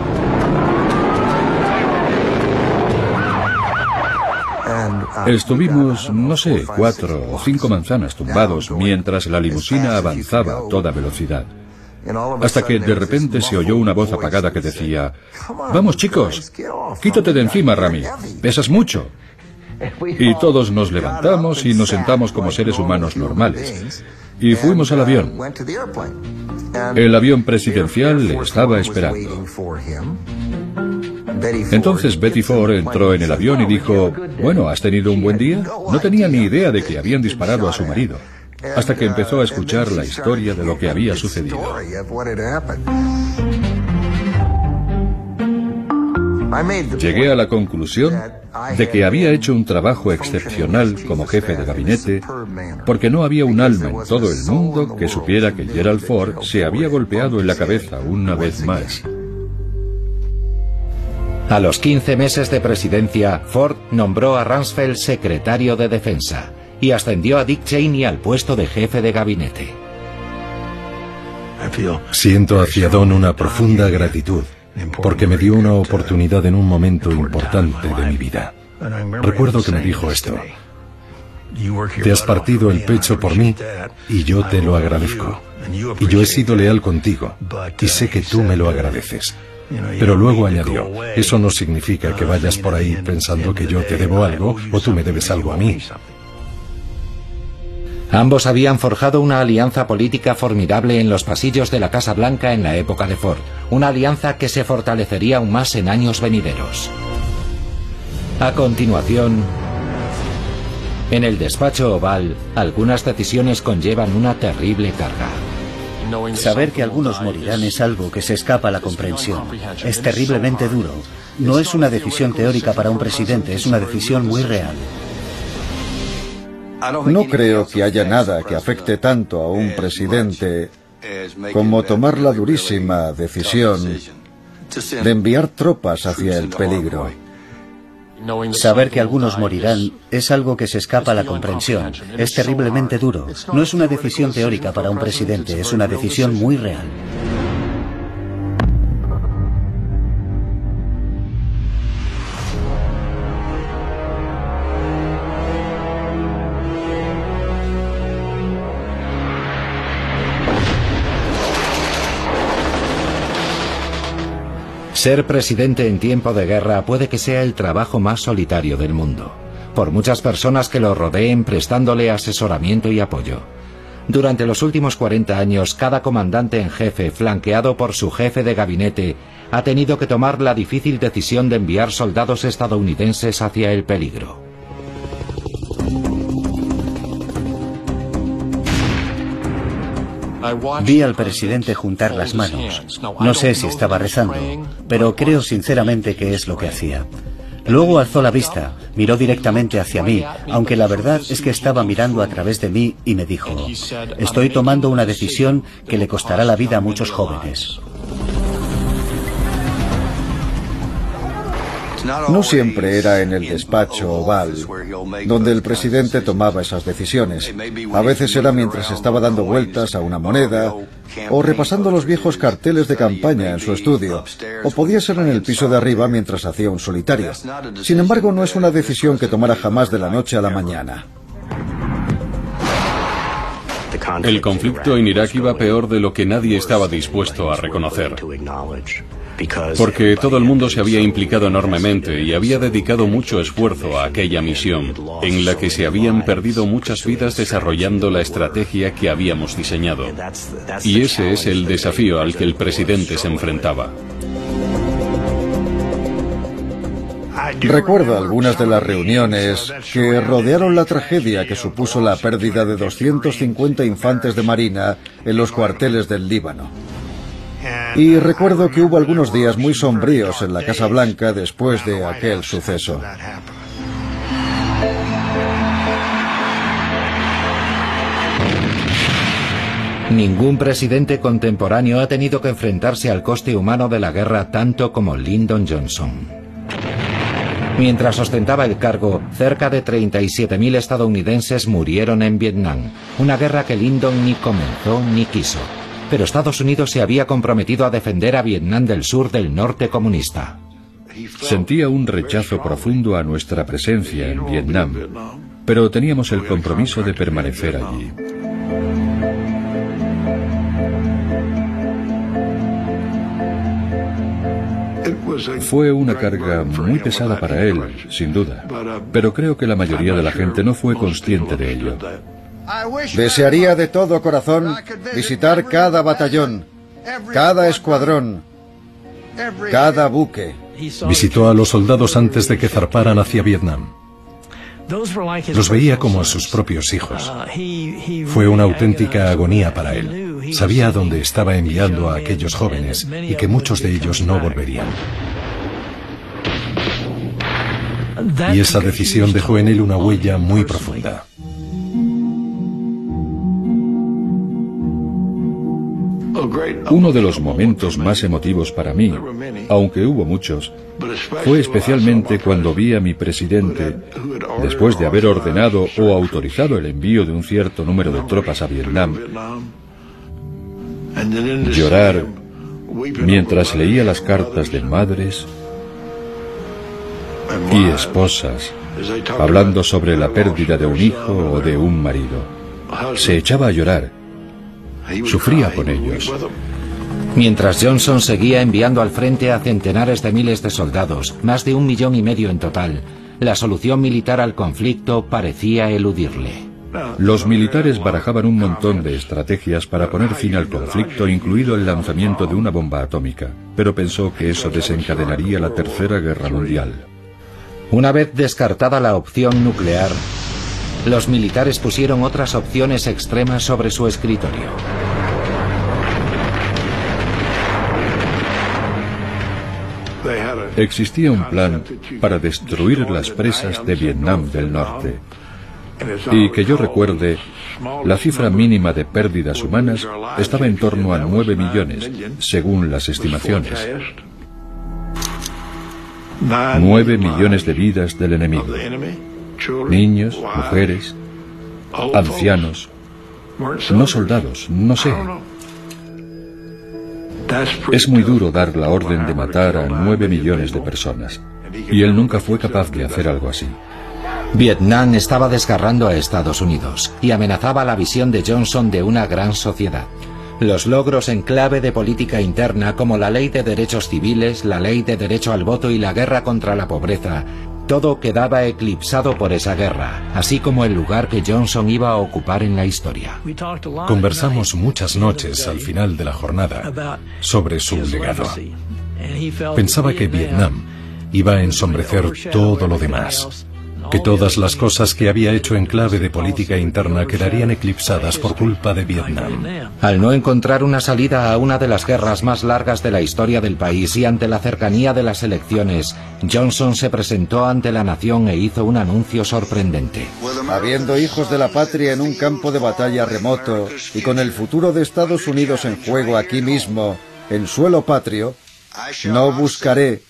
Estuvimos, no sé, 4 o 5 manzanas tumbados mientras la limusina avanzaba a toda velocidad. hasta que de repente se oyó una voz apagada que decía: «Vamos, chicos, quítate de encima, Rami, pesas mucho». Y todos nos levantamos y nos sentamos como seres humanos normales. Y fuimos al avión. El avión presidencial le estaba esperando. Entonces Betty Ford entró en el avión y dijo: «Bueno, ¿has tenido un buen día?». No tenía ni idea de que habían disparado a su marido, hasta que empezó a escuchar la historia de lo que había sucedido. Llegué a la conclusión de que había hecho un trabajo excepcional como jefe de gabinete, porque no había un alma en todo el mundo que supiera que Gerald Ford se había golpeado en la cabeza una vez más.
A los 15 meses de presidencia, Ford nombró a Rumsfeld secretario de Defensa y ascendió a Dick Cheney al puesto de jefe de gabinete.
Siento hacia Don una profunda gratitud, porque me dio una oportunidad en un momento importante de mi vida. Recuerdo que me dijo esto: «Te has partido el pecho por mí y yo te lo agradezco. Y yo he sido leal contigo y sé que tú me lo agradeces». Pero luego añadió: «Eso no significa que vayas por ahí pensando que yo te debo algo o tú me debes algo a mí».
Ambos habían forjado una alianza política formidable en los pasillos de la Casa Blanca en la época de Ford, una alianza que se fortalecería aún más en años venideros. A continuación, en el despacho oval, algunas decisiones conllevan una terrible carga.
Saber que algunos morirán es algo que se escapa a la comprensión. Es terriblemente duro. No es una decisión teórica para un presidente, es una decisión muy real.
No creo que haya nada que afecte tanto a un presidente como tomar la durísima decisión de enviar tropas hacia el peligro.
Saber que algunos morirán es algo que se escapa a la comprensión. Es terriblemente duro. No es una decisión teórica para un presidente, es una decisión muy real.
Ser presidente en tiempo de guerra puede que sea el trabajo más solitario del mundo, por muchas personas que lo rodeen prestándole asesoramiento y apoyo. Durante los últimos 40 años, cada comandante en jefe, flanqueado por su jefe de gabinete, ha tenido que tomar la difícil decisión de enviar soldados estadounidenses hacia el peligro.
Vi al presidente juntar las manos. No sé si estaba rezando, pero creo sinceramente que es lo que hacía. Luego alzó la vista, miró directamente hacia mí, aunque la verdad es que estaba mirando a través de mí y me dijo: «Estoy tomando una decisión que le costará la vida a muchos jóvenes».
No siempre era en el despacho oval donde el presidente tomaba esas decisiones. A veces era mientras estaba dando vueltas a una moneda o repasando los viejos carteles de campaña en su estudio, o podía ser en el piso de arriba mientras hacía un solitario. Sin embargo, no es una decisión que tomara jamás de la noche a la mañana.
El conflicto en Irak iba peor de lo que nadie estaba dispuesto a reconocer. Porque todo el mundo se había implicado enormemente y había dedicado mucho esfuerzo a aquella misión, en la que se habían perdido muchas vidas desarrollando la estrategia que habíamos diseñado. Y ese es el desafío al que el presidente se enfrentaba.
Recuerdo algunas de las reuniones que rodearon la tragedia que supuso la pérdida de 250 infantes de marina en los cuarteles del Líbano. Y recuerdo que hubo algunos días muy sombríos en la Casa Blanca después de aquel suceso.
Ningún presidente contemporáneo ha tenido que enfrentarse al coste humano de la guerra tanto como Lyndon Johnson. Mientras ostentaba el cargo, cerca de 37.000 estadounidenses murieron en Vietnam, una guerra que Lyndon ni comenzó ni quiso. Pero Estados Unidos se había comprometido a defender a Vietnam del Sur del norte comunista.
Sentía un rechazo profundo a nuestra presencia en Vietnam, pero teníamos el compromiso de permanecer allí. Fue una carga muy pesada para él, sin duda, pero creo que la mayoría de la gente no fue consciente de ello.
Desearía de todo corazón visitar cada batallón, cada escuadrón, cada buque.
Visitó a los soldados antes de que zarparan hacia Vietnam. Los veía como a sus propios hijos. Fue una auténtica agonía para él. Sabía a dónde estaba enviando a aquellos jóvenes y que muchos de ellos no volverían. Y esa decisión dejó en él una huella muy profunda.
Uno de los momentos más emotivos para mí, aunque hubo muchos, fue especialmente cuando vi a mi presidente, después de haber ordenado o autorizado el envío de un cierto número de tropas a Vietnam, llorar mientras leía las cartas de madres y esposas, hablando sobre la pérdida de un hijo o de un marido. Se echaba a llorar. Sufría con ellos.
Mientras Johnson seguía enviando al frente a centenares de miles de soldados, más de 1,5 millones en total, la solución militar al conflicto parecía eludirle.
Los militares barajaban un montón de estrategias para poner fin al conflicto, incluido el lanzamiento de una bomba atómica, pero pensó que eso desencadenaría la Tercera Guerra Mundial.
Una vez descartada la opción nuclear, los militares pusieron otras opciones extremas sobre su escritorio.
Existía un plan para destruir las presas de Vietnam del Norte. Y que yo recuerde, la cifra mínima de pérdidas humanas estaba en torno a 9 millones, según las estimaciones. 9 millones de vidas del enemigo. Niños, mujeres, ancianos, no soldados, no sé. Es muy duro dar la orden de matar a 9 millones de personas, y él nunca fue capaz de hacer algo así.
Vietnam estaba desgarrando a Estados Unidos y amenazaba la visión de Johnson de una gran sociedad. Los logros en clave de política interna, como la ley de derechos civiles, la ley de derecho al voto y la guerra contra la pobreza, todo quedaba eclipsado por esa guerra, así como el lugar que Johnson iba a ocupar en la historia.
Conversamos muchas noches al final de la jornada sobre su legado. Pensaba que Vietnam iba a ensombrecer todo lo demás, que todas las cosas que había hecho en clave de política interna quedarían eclipsadas por culpa de Vietnam.
Al no encontrar una salida a una de las guerras más largas de la historia del país y ante la cercanía de las elecciones, Johnson se presentó ante la nación e hizo un anuncio sorprendente.
Habiendo hijos de la patria en un campo de batalla remoto y con el futuro de Estados Unidos en juego aquí mismo, en suelo patrio, no buscaré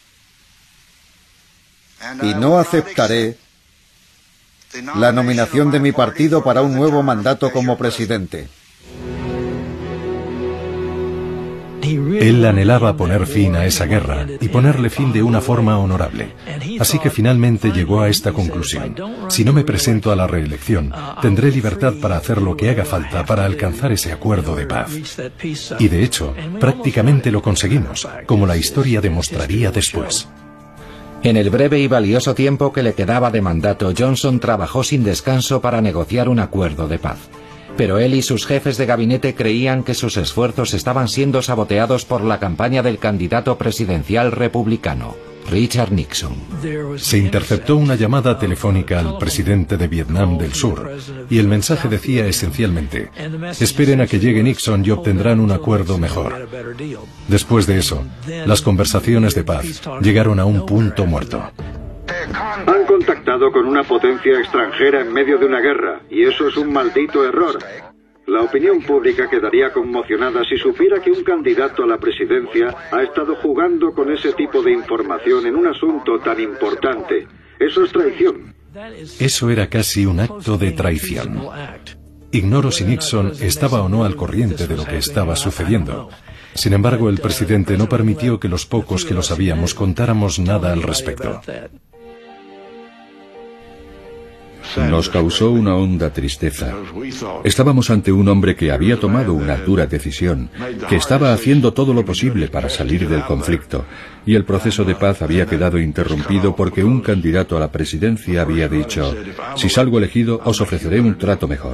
y no aceptaré la nominación de mi partido para un nuevo mandato como presidente.
Él anhelaba poner fin a esa guerra y ponerle fin de una forma honorable. Así que finalmente llegó a esta conclusión. Si no me presento a la reelección, tendré libertad para hacer lo que haga falta para alcanzar ese acuerdo de paz. Y de hecho, prácticamente lo conseguimos, como la historia demostraría después.
En el breve y valioso tiempo que le quedaba de mandato, Johnson trabajó sin descanso para negociar un acuerdo de paz. Pero él y sus jefes de gabinete creían que sus esfuerzos estaban siendo saboteados por la campaña del candidato presidencial republicano, Richard Nixon.
Se interceptó una llamada telefónica al presidente de Vietnam del Sur, y el mensaje decía esencialmente: esperen a que llegue Nixon y obtendrán un acuerdo mejor. Después de eso, las conversaciones de paz llegaron a un punto muerto.
Han contactado con una potencia extranjera en medio de una guerra, y eso es un maldito error. La opinión pública quedaría conmocionada si supiera que un candidato a la presidencia ha estado jugando con ese tipo de información en un asunto tan importante. Eso es traición.
Eso era casi un acto de traición. Ignoro si Nixon estaba o no al corriente de lo que estaba sucediendo. Sin embargo, el presidente no permitió que los pocos que lo sabíamos contáramos nada al respecto.
Nos causó una honda tristeza. Estábamos ante un hombre que había tomado una dura decisión, que estaba haciendo todo lo posible para salir del conflicto, y el proceso de paz había quedado interrumpido porque un candidato a la presidencia había dicho: si salgo elegido, os ofreceré un trato mejor.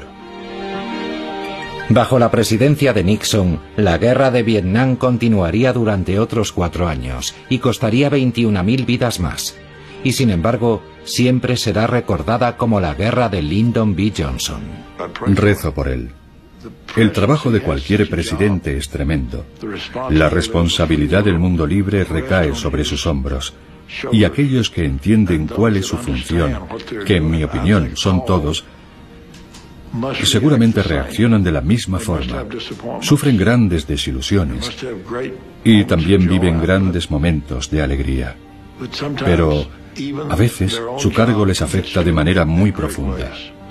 Bajo la presidencia de Nixon, la guerra de Vietnam continuaría durante otros 4 años y costaría 21.000 vidas más. Y sin embargo, siempre será recordada como la guerra de Lyndon B. Johnson.
Rezo por él. El trabajo de cualquier presidente es tremendo. La responsabilidad del mundo libre recae sobre sus hombros. Y aquellos que entienden cuál es su función, que en mi opinión son todos, seguramente reaccionan de la misma forma. Sufren grandes desilusiones y también viven grandes momentos de alegría. Pero a veces su cargo les afecta de manera muy profunda.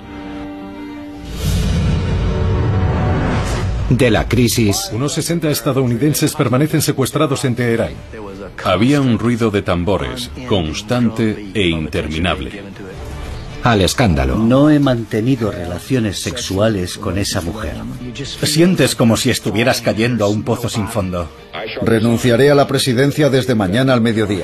De la crisis,
unos 60 estadounidenses permanecen secuestrados en Teherán.
Había un ruido de tambores, constante e interminable.
Al escándalo.
No he mantenido relaciones sexuales con esa mujer.
Sientes como si estuvieras cayendo a un pozo sin fondo.
Renunciaré a la presidencia desde mañana al mediodía.